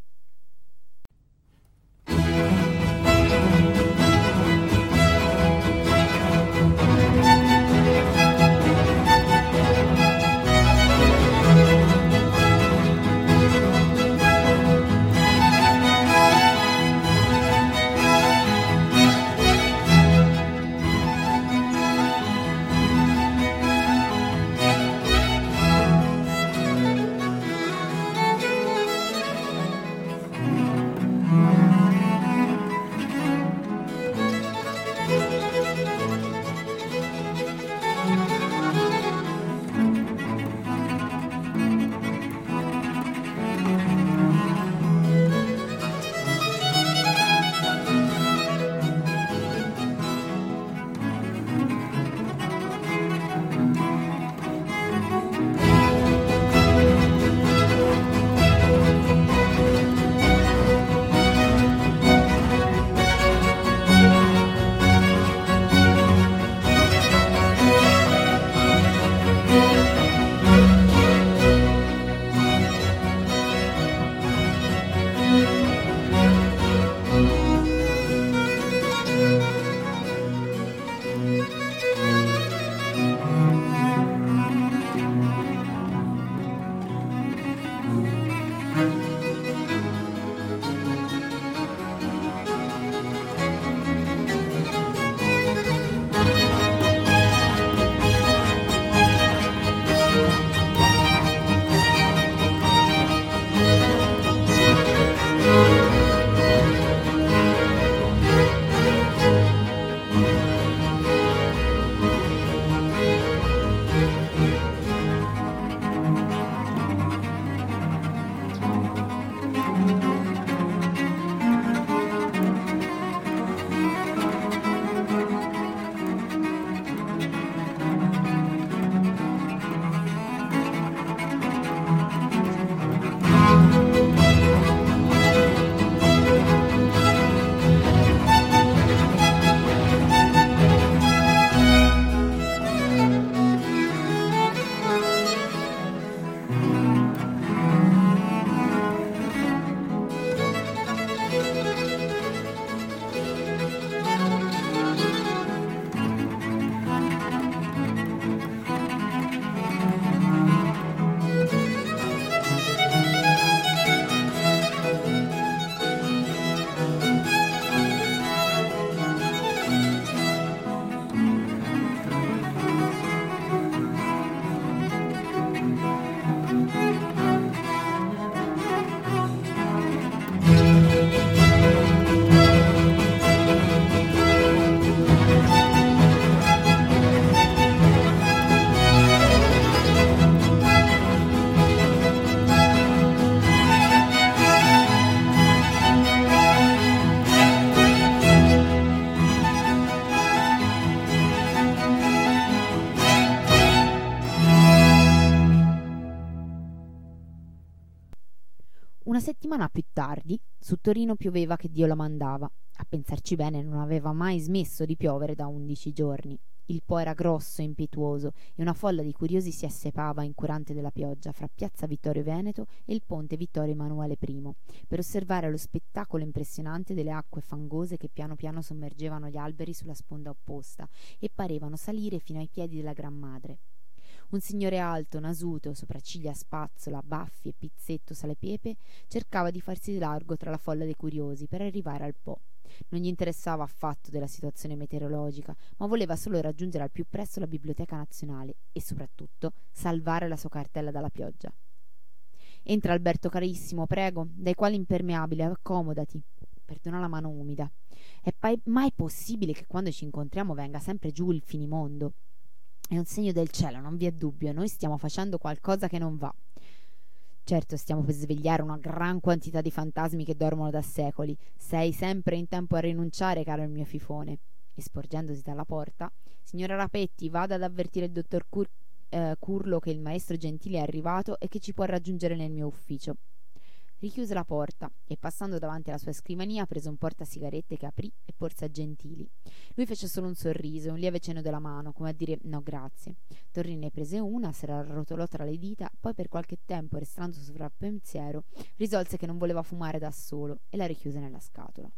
settimana più tardi, su Torino pioveva che Dio la mandava. A pensarci bene, non aveva mai smesso di piovere da undici giorni. Il Po era grosso e impetuoso e una folla di curiosi si assepava incurante della pioggia fra piazza Vittorio Veneto e il ponte Vittorio Emanuele I per osservare lo spettacolo impressionante delle acque fangose che piano piano sommergevano gli alberi sulla sponda opposta e parevano salire fino ai piedi della Gran Madre. Un signore alto, nasuto, sopracciglia a spazzola, baffi e pizzetto salepepe, cercava di farsi largo tra la folla dei curiosi per arrivare al Po. Non gli interessava affatto della situazione meteorologica, ma voleva solo raggiungere al più presto la Biblioteca Nazionale e, soprattutto, salvare la sua cartella dalla pioggia. «Entra, Alberto carissimo, prego, dai quali impermeabile, accomodati». Perdona la mano umida. «È pai- mai possibile che quando ci incontriamo venga sempre giù il finimondo?» «È un segno del cielo, non vi è dubbio, noi stiamo facendo qualcosa che non va». «Certo, stiamo per svegliare una gran quantità di fantasmi che dormono da secoli. Sei sempre in tempo a rinunciare, caro il mio fifone». E sporgendosi dalla porta: «Signora Rapetti, vada ad avvertire il dottor Cur- eh, Curlo che il maestro Gentili è arrivato e che ci può raggiungere nel mio ufficio». Richiuse la porta e, passando davanti alla sua scrivania, prese un portasigarette che aprì e porse a Gentili. Lui fece solo un sorriso e un lieve cenno della mano, come a dire no grazie. Torri ne prese una, se la arrotolò tra le dita, poi per qualche tempo, restando sopra pensiero, risolse che non voleva fumare da solo e la richiuse nella scatola.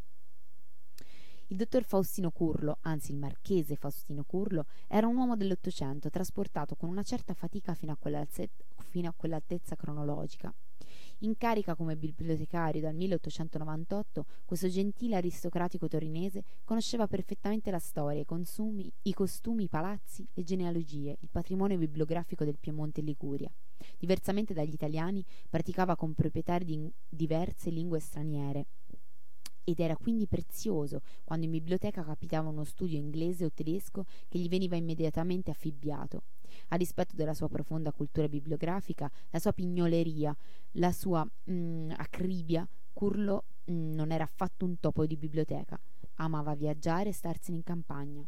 Il dottor Faustino Curlo, anzi il marchese Faustino Curlo, era un uomo dell'Ottocento, trasportato con una certa fatica fino a, fino a quell'altezza cronologica. In carica come bibliotecario dal milleottocentonovantotto, questo gentile aristocratico torinese conosceva perfettamente la storia, i consumi, i costumi, i palazzi, le genealogie, il patrimonio bibliografico del Piemonte e Liguria. Diversamente dagli italiani, praticava con proprietà di diverse lingue straniere, ed era quindi prezioso quando in biblioteca capitava uno studio inglese o tedesco che gli veniva immediatamente affibbiato. A dispetto della sua profonda cultura bibliografica, la sua pignoleria, la sua mm, acribia, Curlo mm, non era affatto un topo di biblioteca. Amava viaggiare e starsene in campagna.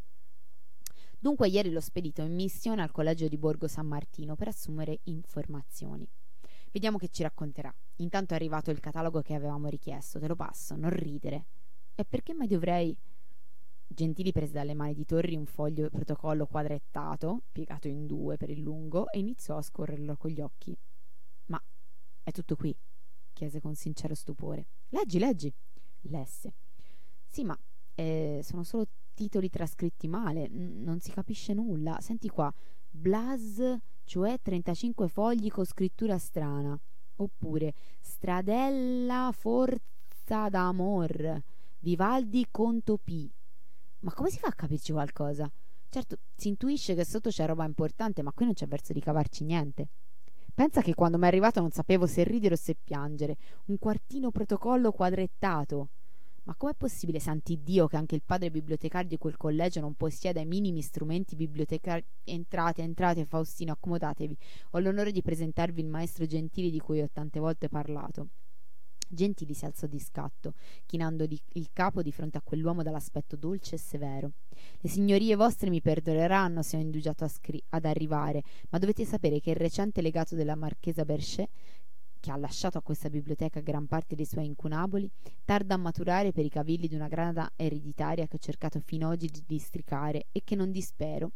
Dunque ieri l'ho spedito in missione al collegio di Borgo San Martino per assumere informazioni. Vediamo che ci racconterà. Intanto è arrivato il catalogo che avevamo richiesto. Te lo passo, non ridere. E perché mai dovrei... Gentili prese dalle mani di Torri un foglio protocollo quadrettato, piegato in due per il lungo, e iniziò a scorrerlo con gli occhi. «Ma è tutto qui?» chiese con sincero stupore. «Leggi, leggi!» Lesse. «Sì, ma eh, sono solo titoli trascritti male, N- non si capisce nulla. Senti qua, Blas, cioè trentacinque fogli con scrittura strana. Oppure Stradella Forza d'Amor, Vivaldi Conto P. Ma come si fa a capirci qualcosa? Certo, si intuisce che sotto c'è roba importante, ma qui non c'è verso di cavarci niente. Pensa che quando mi è arrivato non sapevo se ridere o se piangere. Un quartino protocollo quadrettato. Ma com'è possibile, sant'Iddio, che anche il padre bibliotecario di quel collegio non possieda i minimi strumenti bibliotecari? Entrate, entrate, Faustino, accomodatevi. Ho l'onore di presentarvi il maestro Gentili di cui ho tante volte parlato». Gentili si alzò di scatto, chinando di, il capo di fronte a quell'uomo dall'aspetto dolce e severo. «Le signorie vostre mi perdoneranno se ho indugiato a scri- ad arrivare, ma dovete sapere che il recente legato della marchesa Berchet, che ha lasciato a questa biblioteca gran parte dei suoi incunaboli, tarda a maturare per i cavilli di una grana ereditaria che ho cercato fino oggi di districare e che non dispero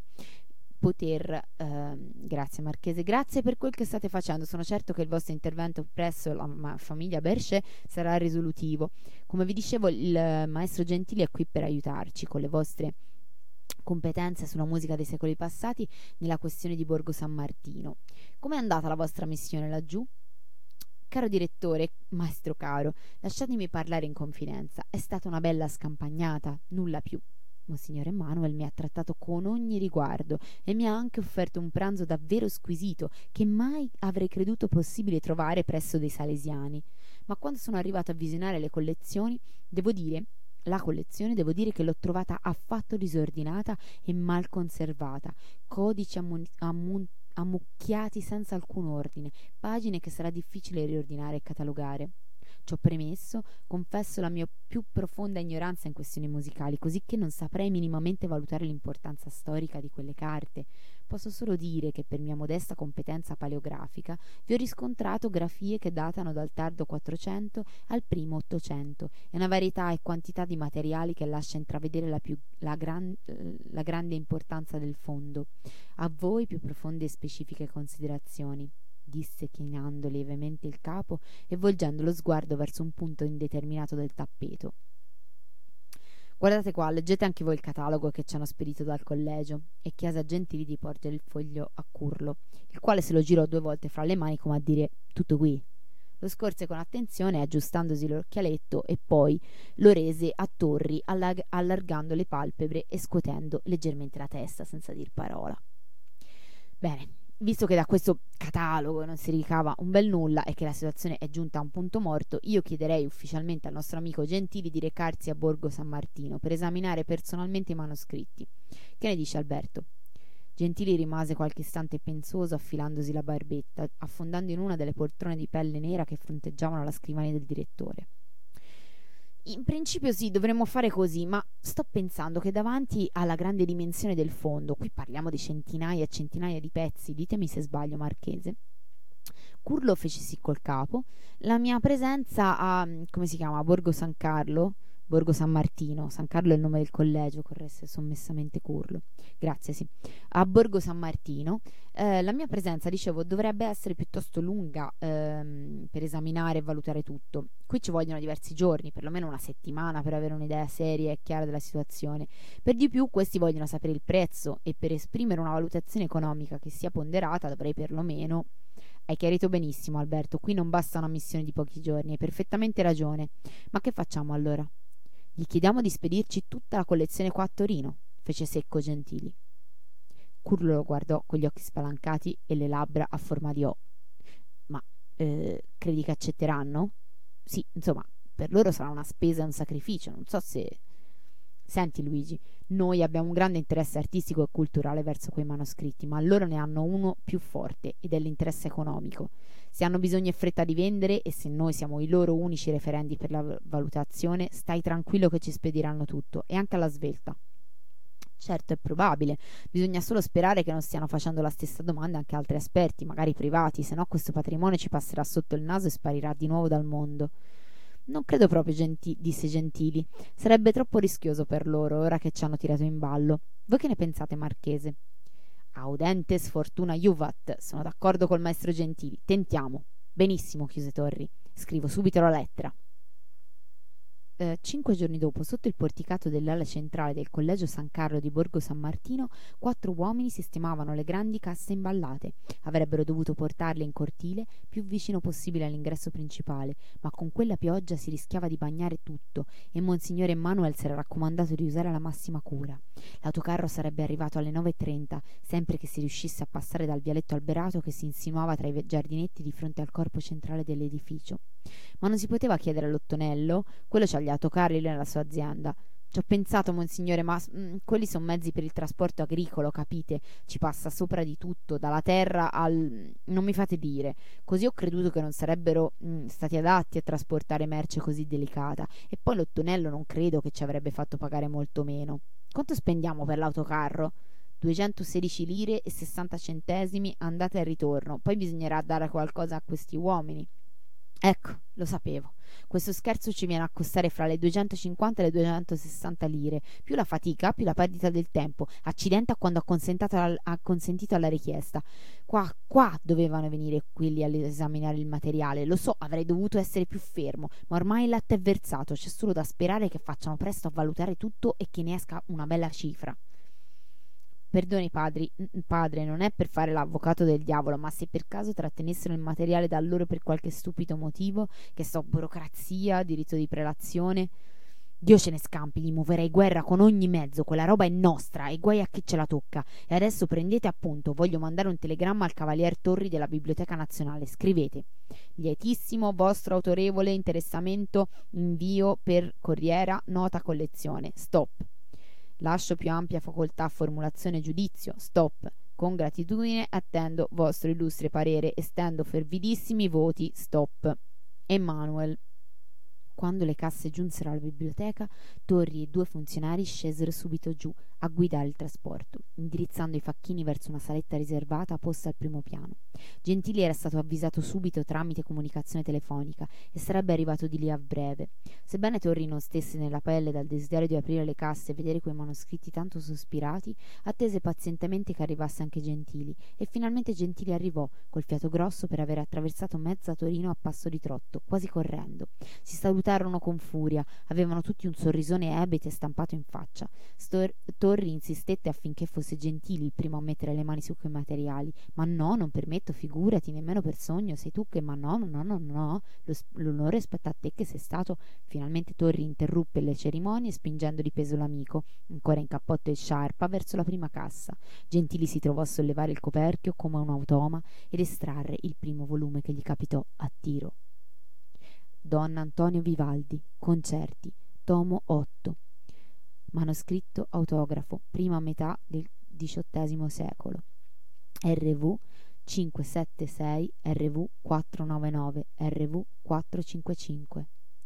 poter eh, grazie Marchese, grazie per quel che state facendo. Sono certo che il vostro intervento presso la ma- famiglia Berchet sarà risolutivo. Come vi dicevo, il eh, maestro Gentili è qui per aiutarci con le vostre competenze sulla musica dei secoli passati nella questione di Borgo San Martino. Com'è andata la vostra missione laggiù?» «Caro direttore, maestro caro, lasciatemi parlare in confidenza. È stata una bella scampagnata, nulla più. Monsignor Emanuel mi ha trattato con ogni riguardo e mi ha anche offerto un pranzo davvero squisito che mai avrei creduto possibile trovare presso dei salesiani. Ma quando sono arrivato a visionare le collezioni, devo dire, la collezione, devo dire che l'ho trovata affatto disordinata e mal conservata, codici ammun- ammun- ammucchiati senza alcun ordine, pagine che sarà difficile riordinare e catalogare. Ciò premesso, confesso la mia più profonda ignoranza in questioni musicali, così che non saprei minimamente valutare l'importanza storica di quelle carte. Posso solo dire che per mia modesta competenza paleografica vi ho riscontrato grafie che datano dal tardo quattrocento al primo ottocento e una varietà e quantità di materiali che lascia intravedere la, più, la, gran, la grande importanza del fondo. A voi più profonde e specifiche considerazioni, disse chinando lievemente il capo e volgendo lo sguardo verso un punto indeterminato del tappeto. Guardate qua, leggete anche voi il catalogo che ci hanno spedito dal collegio, e chiese a Gentili di porgere il foglio a Curlo, il quale se lo girò due volte fra le mani come a dire tutto qui. Lo scorse con attenzione aggiustandosi l'occhialetto e poi lo rese a torri allag- allargando le palpebre e scuotendo leggermente la testa senza dir parola. Bene, visto che da questo catalogo non si ricava un bel nulla e che la situazione è giunta a un punto morto, io chiederei ufficialmente al nostro amico Gentili di recarsi a Borgo San Martino per esaminare personalmente i manoscritti. Che ne dice Alberto? Gentili rimase qualche istante pensoso, affilandosi la barbetta, affondando in una delle poltrone di pelle nera che fronteggiavano la scrivania del direttore. In principio sì, dovremmo fare così, ma sto pensando che davanti alla grande dimensione del fondo, qui parliamo di centinaia e centinaia di pezzi, ditemi se sbaglio, Marchese. Curlo fece sì col capo. La mia presenza a, come si chiama, Borgo San Carlo, Borgo San Martino, San Carlo è il nome del collegio, corresse sommessamente Curlo. Grazie, sì. A Borgo San Martino, eh, la mia presenza, dicevo, dovrebbe essere piuttosto lunga ehm, per esaminare e valutare tutto. Qui ci vogliono diversi giorni, perlomeno una settimana, per avere un'idea seria e chiara della situazione. Per di più, questi vogliono sapere il prezzo e per esprimere una valutazione economica che sia ponderata dovrei perlomeno... Hai chiarito benissimo, Alberto, qui non basta una missione di pochi giorni, hai perfettamente ragione. Ma che facciamo allora? Gli chiediamo di spedirci tutta la collezione qua a Torino, fece secco Gentili. Curlo lo guardò con gli occhi spalancati e le labbra a forma di O. Ma eh, credi che accetteranno? Sì, insomma, per loro sarà una spesa e un sacrificio, non so se... Senti Luigi, noi abbiamo un grande interesse artistico e culturale verso quei manoscritti, ma loro ne hanno uno più forte ed è l'interesse economico. Se hanno bisogno e fretta di vendere e se noi siamo i loro unici referenti per la valutazione, stai tranquillo che ci spediranno tutto e anche alla svelta. Certo, è probabile, bisogna solo sperare che non stiano facendo la stessa domanda anche altri esperti, magari privati, se no questo patrimonio ci passerà sotto il naso e sparirà di nuovo dal mondo. Non credo proprio, genti- disse Gentili. Sarebbe troppo rischioso per loro, ora che ci hanno tirato in ballo. Voi che ne pensate, Marchese? Audentes fortuna juvat. Sono d'accordo col maestro Gentili. Tentiamo. Benissimo, chiuse Torri. Scrivo subito la lettera. Eh, cinque giorni dopo, sotto il porticato dell'ala centrale del collegio San Carlo di Borgo San Martino, quattro uomini sistemavano le grandi casse imballate. Avrebbero dovuto portarle in cortile, più vicino possibile all'ingresso principale, ma con quella pioggia si rischiava di bagnare tutto e Monsignore Emmanuel si era raccomandato di usare la massima cura. L'autocarro sarebbe arrivato alle nove e trenta, sempre che si riuscisse a passare dal vialetto alberato che si insinuava tra i giardinetti di fronte al corpo centrale dell'edificio. Ma non si poteva chiedere all'Ottonello, quello c'ha gli autocarri nella sua azienda. Ci ho pensato, monsignore, ma mh, quelli sono mezzi per il trasporto agricolo, capite? Ci passa sopra di tutto, dalla terra al... non mi fate dire. Così ho creduto che non sarebbero mh, stati adatti a trasportare merce così delicata. E poi l'Ottonello non credo che ci avrebbe fatto pagare molto meno. Quanto spendiamo per l'autocarro? duecentosedici lire e sessanta centesimi andata e ritorno. Poi bisognerà dare qualcosa a questi uomini. Ecco, lo sapevo. Questo scherzo ci viene a costare fra le duecentocinquanta e le duecentosessanta lire, più la fatica, più la perdita del tempo. Accidente a quando ha consentito, al, ha consentito alla richiesta. Qua, qua dovevano venire quelli ad esaminare il materiale. Lo so, avrei dovuto essere più fermo, ma ormai il latte è versato. C'è solo da sperare che facciano presto a valutare tutto e che ne esca una bella cifra. Perdoni padri, padre, non è per fare l'avvocato del diavolo, ma se per caso trattenessero il materiale da loro per qualche stupido motivo, che so, burocrazia, diritto di prelazione, Dio ce ne scampi, gli muoverei guerra con ogni mezzo, quella roba è nostra e guai a chi ce la tocca. E adesso prendete appunto, voglio mandare un telegramma al cavalier Torri della Biblioteca Nazionale, scrivete: lietissimo vostro autorevole interessamento, invio per corriera, nota collezione, stop. Lascio più ampia facoltà a formulazione e giudizio, stop. Con gratitudine attendo vostro illustre parere e stendo fervidissimi voti, stop. Emmanuel. Quando le casse giunsero alla biblioteca, Torri e due funzionari scesero subito giù a guidare il trasporto, indirizzando i facchini verso una saletta riservata posta al primo piano. Gentili era stato avvisato subito tramite comunicazione telefonica e sarebbe arrivato di lì a breve. Sebbene Torri non stesse nella pelle dal desiderio di aprire le casse e vedere quei manoscritti tanto sospirati, attese pazientemente che arrivasse anche Gentili, e finalmente Gentili arrivò, col fiato grosso per aver attraversato mezza Torino a passo di trotto, quasi correndo. Si salutarono con furia, avevano tutti un sorrisone ebete stampato in faccia. Stor- Torri insistette affinché fosse Gentili il primo a mettere le mani su quei materiali. «Ma no, non permetto, figurati, nemmeno per sogno, sei tu che... ma no, no, no, no, Lo, l'onore spetta a te che sei stato...» Finalmente Torri interruppe le cerimonie spingendo di peso l'amico, ancora in cappotto e sciarpa, verso la prima cassa. Gentili si trovò a sollevare il coperchio come un automa ed estrarre il primo volume che gli capitò a tiro. Don Antonio Vivaldi, Concerti, tomo otto, manoscritto autografo, prima metà del diciottesimo secolo, R V cinquecentosettantasei, R V quattrocentonovantanove, R V quattrocentocinquantacinque,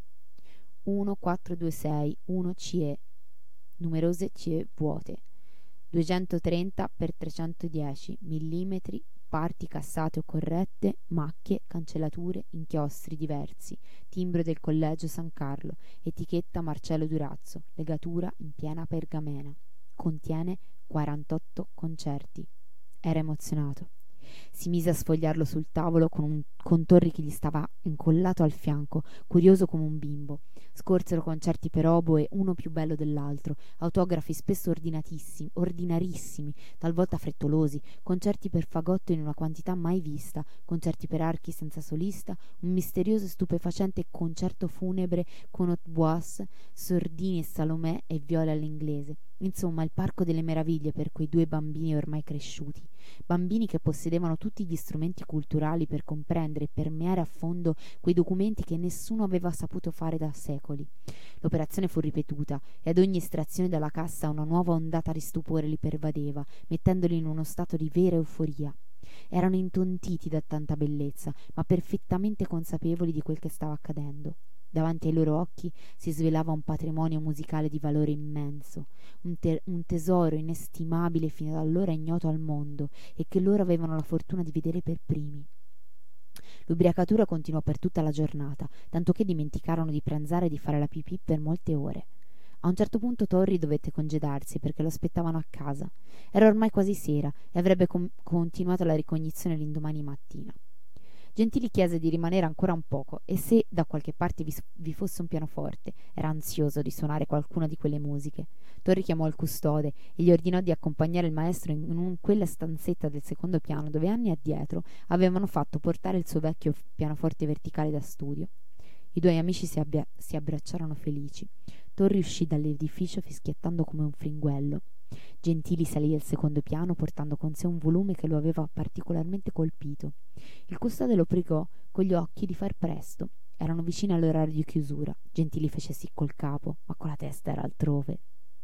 millequattrocentoventisei, uno C E, numerose C E vuote, duecentotrenta per trecentodieci millimetri, parti cassate o corrette, macchie, cancellature, inchiostri diversi, timbro del Collegio San Carlo, etichetta Marcello Durazzo, legatura in piena pergamena. Contiene quarantotto concerti. Era emozionato. Si mise a sfogliarlo sul tavolo con un con Torri che gli stava incollato al fianco, curioso come un bimbo. Scorsero concerti per oboe, uno più bello dell'altro, autografi spesso ordinatissimi, ordinarissimi, talvolta frettolosi, concerti per fagotto in una quantità mai vista, concerti per archi senza solista, un misterioso e stupefacente concerto funebre con hautbois, sordini e Salomè e viole all'inglese. Insomma, il parco delle meraviglie per quei due bambini ormai cresciuti, bambini che possedevano tutti gli strumenti culturali per comprendere e permeare a fondo quei documenti che nessuno aveva saputo fare da secoli. L'operazione fu ripetuta e ad ogni estrazione dalla cassa una nuova ondata di stupore li pervadeva, mettendoli in uno stato di vera euforia. Erano intontiti da tanta bellezza, ma perfettamente consapevoli di quel che stava accadendo. Davanti ai loro occhi si svelava un patrimonio musicale di valore immenso, un, te- un tesoro inestimabile fino ad allora ignoto al mondo e che loro avevano la fortuna di vedere per primi. L'ubriacatura continuò per tutta la giornata, tanto che dimenticarono di pranzare e di fare la pipì per molte ore. A un certo punto Torri dovette congedarsi perché lo aspettavano a casa. Era ormai quasi sera e avrebbe com- continuato la ricognizione l'indomani mattina. Gentili chiese di rimanere ancora un poco e se da qualche parte vi, vi fosse un pianoforte. Era ansioso di suonare qualcuna di quelle musiche. Torri chiamò il custode e gli ordinò di accompagnare il maestro in, in quella stanzetta del secondo piano dove anni addietro avevano fatto portare il suo vecchio pianoforte verticale da studio. I due amici si, abbia- si abbracciarono felici. Torri uscì dall'edificio fischiettando come un fringuello. Gentili salì al secondo piano portando con sé un volume che lo aveva particolarmente colpito. Il custode lo pregò con gli occhi di far presto. Erano vicini all'orario di chiusura. Gentili fece sì col capo, ma con la testa era altrove.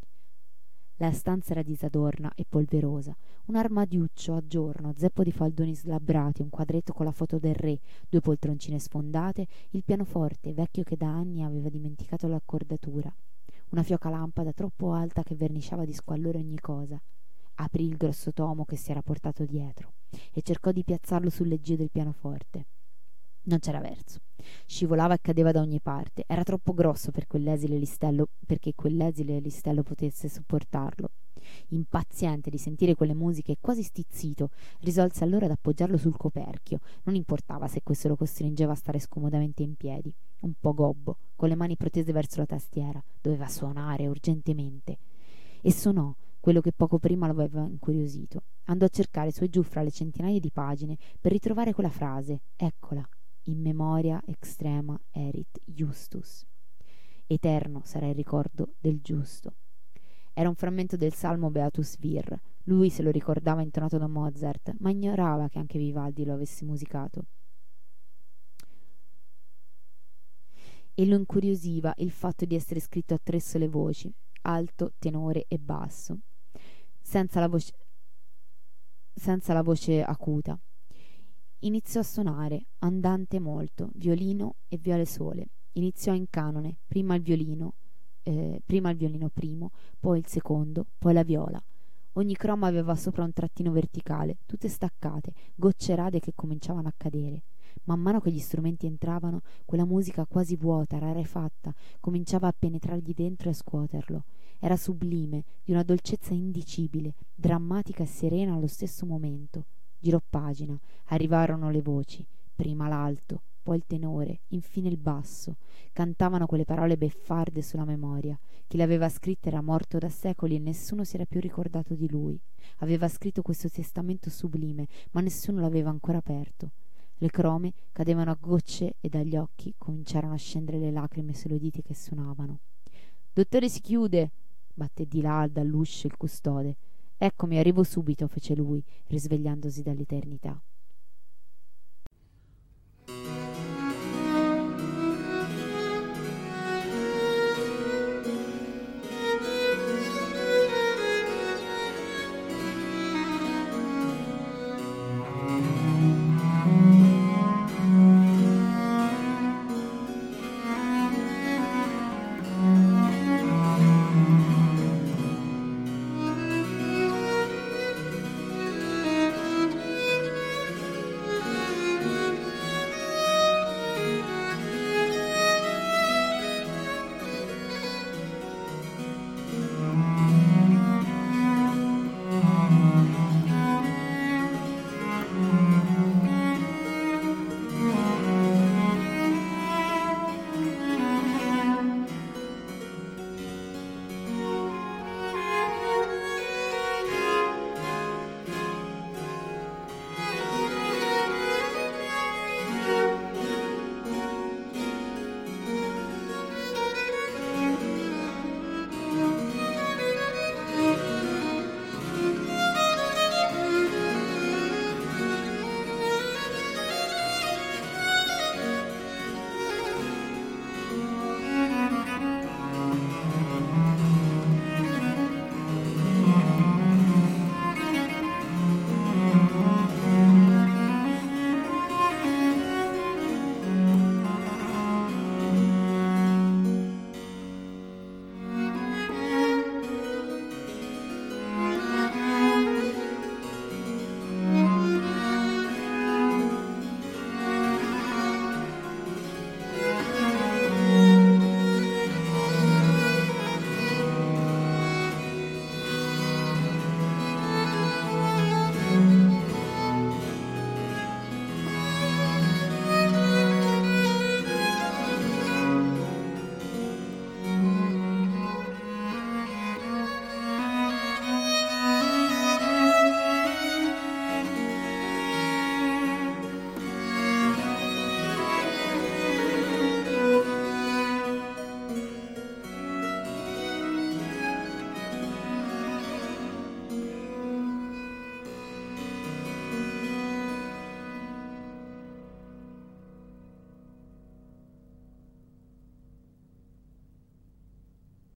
La stanza era disadorna e polverosa. Un armadiuccio a giorno, zeppo di faldoni slabbrati, un quadretto con la foto del re, due poltroncine sfondate, il pianoforte, vecchio che da anni aveva dimenticato l'accordatura. Una fioca lampada troppo alta che verniciava di squallore ogni cosa. Aprì il grosso tomo che si era portato dietro e cercò di piazzarlo sul leggio del pianoforte. Non c'era verso. Scivolava e cadeva da ogni parte. Era troppo grosso per quell'esile listello, perché quell'esile listello potesse sopportarlo. Impaziente di sentire quelle musiche e quasi stizzito, risolse allora ad appoggiarlo sul coperchio. Non importava se questo lo costringeva a stare scomodamente in piedi. Un po' gobbo, con le mani protese verso la tastiera. Doveva suonare urgentemente. E suonò quello che poco prima lo aveva incuriosito. Andò a cercare su e giù fra le centinaia di pagine per ritrovare quella frase. Eccola. In memoria extrema erit justus. Eterno sarà il ricordo del giusto. Era un frammento del salmo Beatus Vir. Lui se lo ricordava intonato da Mozart, ma ignorava che anche Vivaldi lo avesse musicato. E lo incuriosiva il fatto di essere scritto a tre sole voci, alto, tenore e basso, senza la voce, senza la voce acuta. Iniziò a suonare, andante molto, violino e viole sole. iniziò in canone, prima il violino, eh, prima il violino primo, poi il secondo, poi la viola. Ogni croma aveva sopra un trattino verticale, tutte staccate, gocce rade che cominciavano a cadere. Man mano che gli strumenti entravano, quella musica quasi vuota, rarefatta, cominciava a penetrargli dentro e a scuoterlo. Era sublime, di una dolcezza indicibile, drammatica e serena allo stesso momento. Girò pagina, arrivarono le voci, prima l'alto, poi il tenore, infine il basso. Cantavano quelle parole beffarde sulla memoria. Chi l'aveva scritta era morto da secoli e nessuno si era più ricordato di lui. Aveva scritto questo testamento sublime, ma nessuno l'aveva ancora aperto. Le crome cadevano a gocce e dagli occhi cominciarono a scendere le lacrime sulle dita che suonavano. «Dottore, si chiude!» batté di là dall'uscio il custode. «Eccomi, arrivo subito», fece lui, risvegliandosi dall'eternità.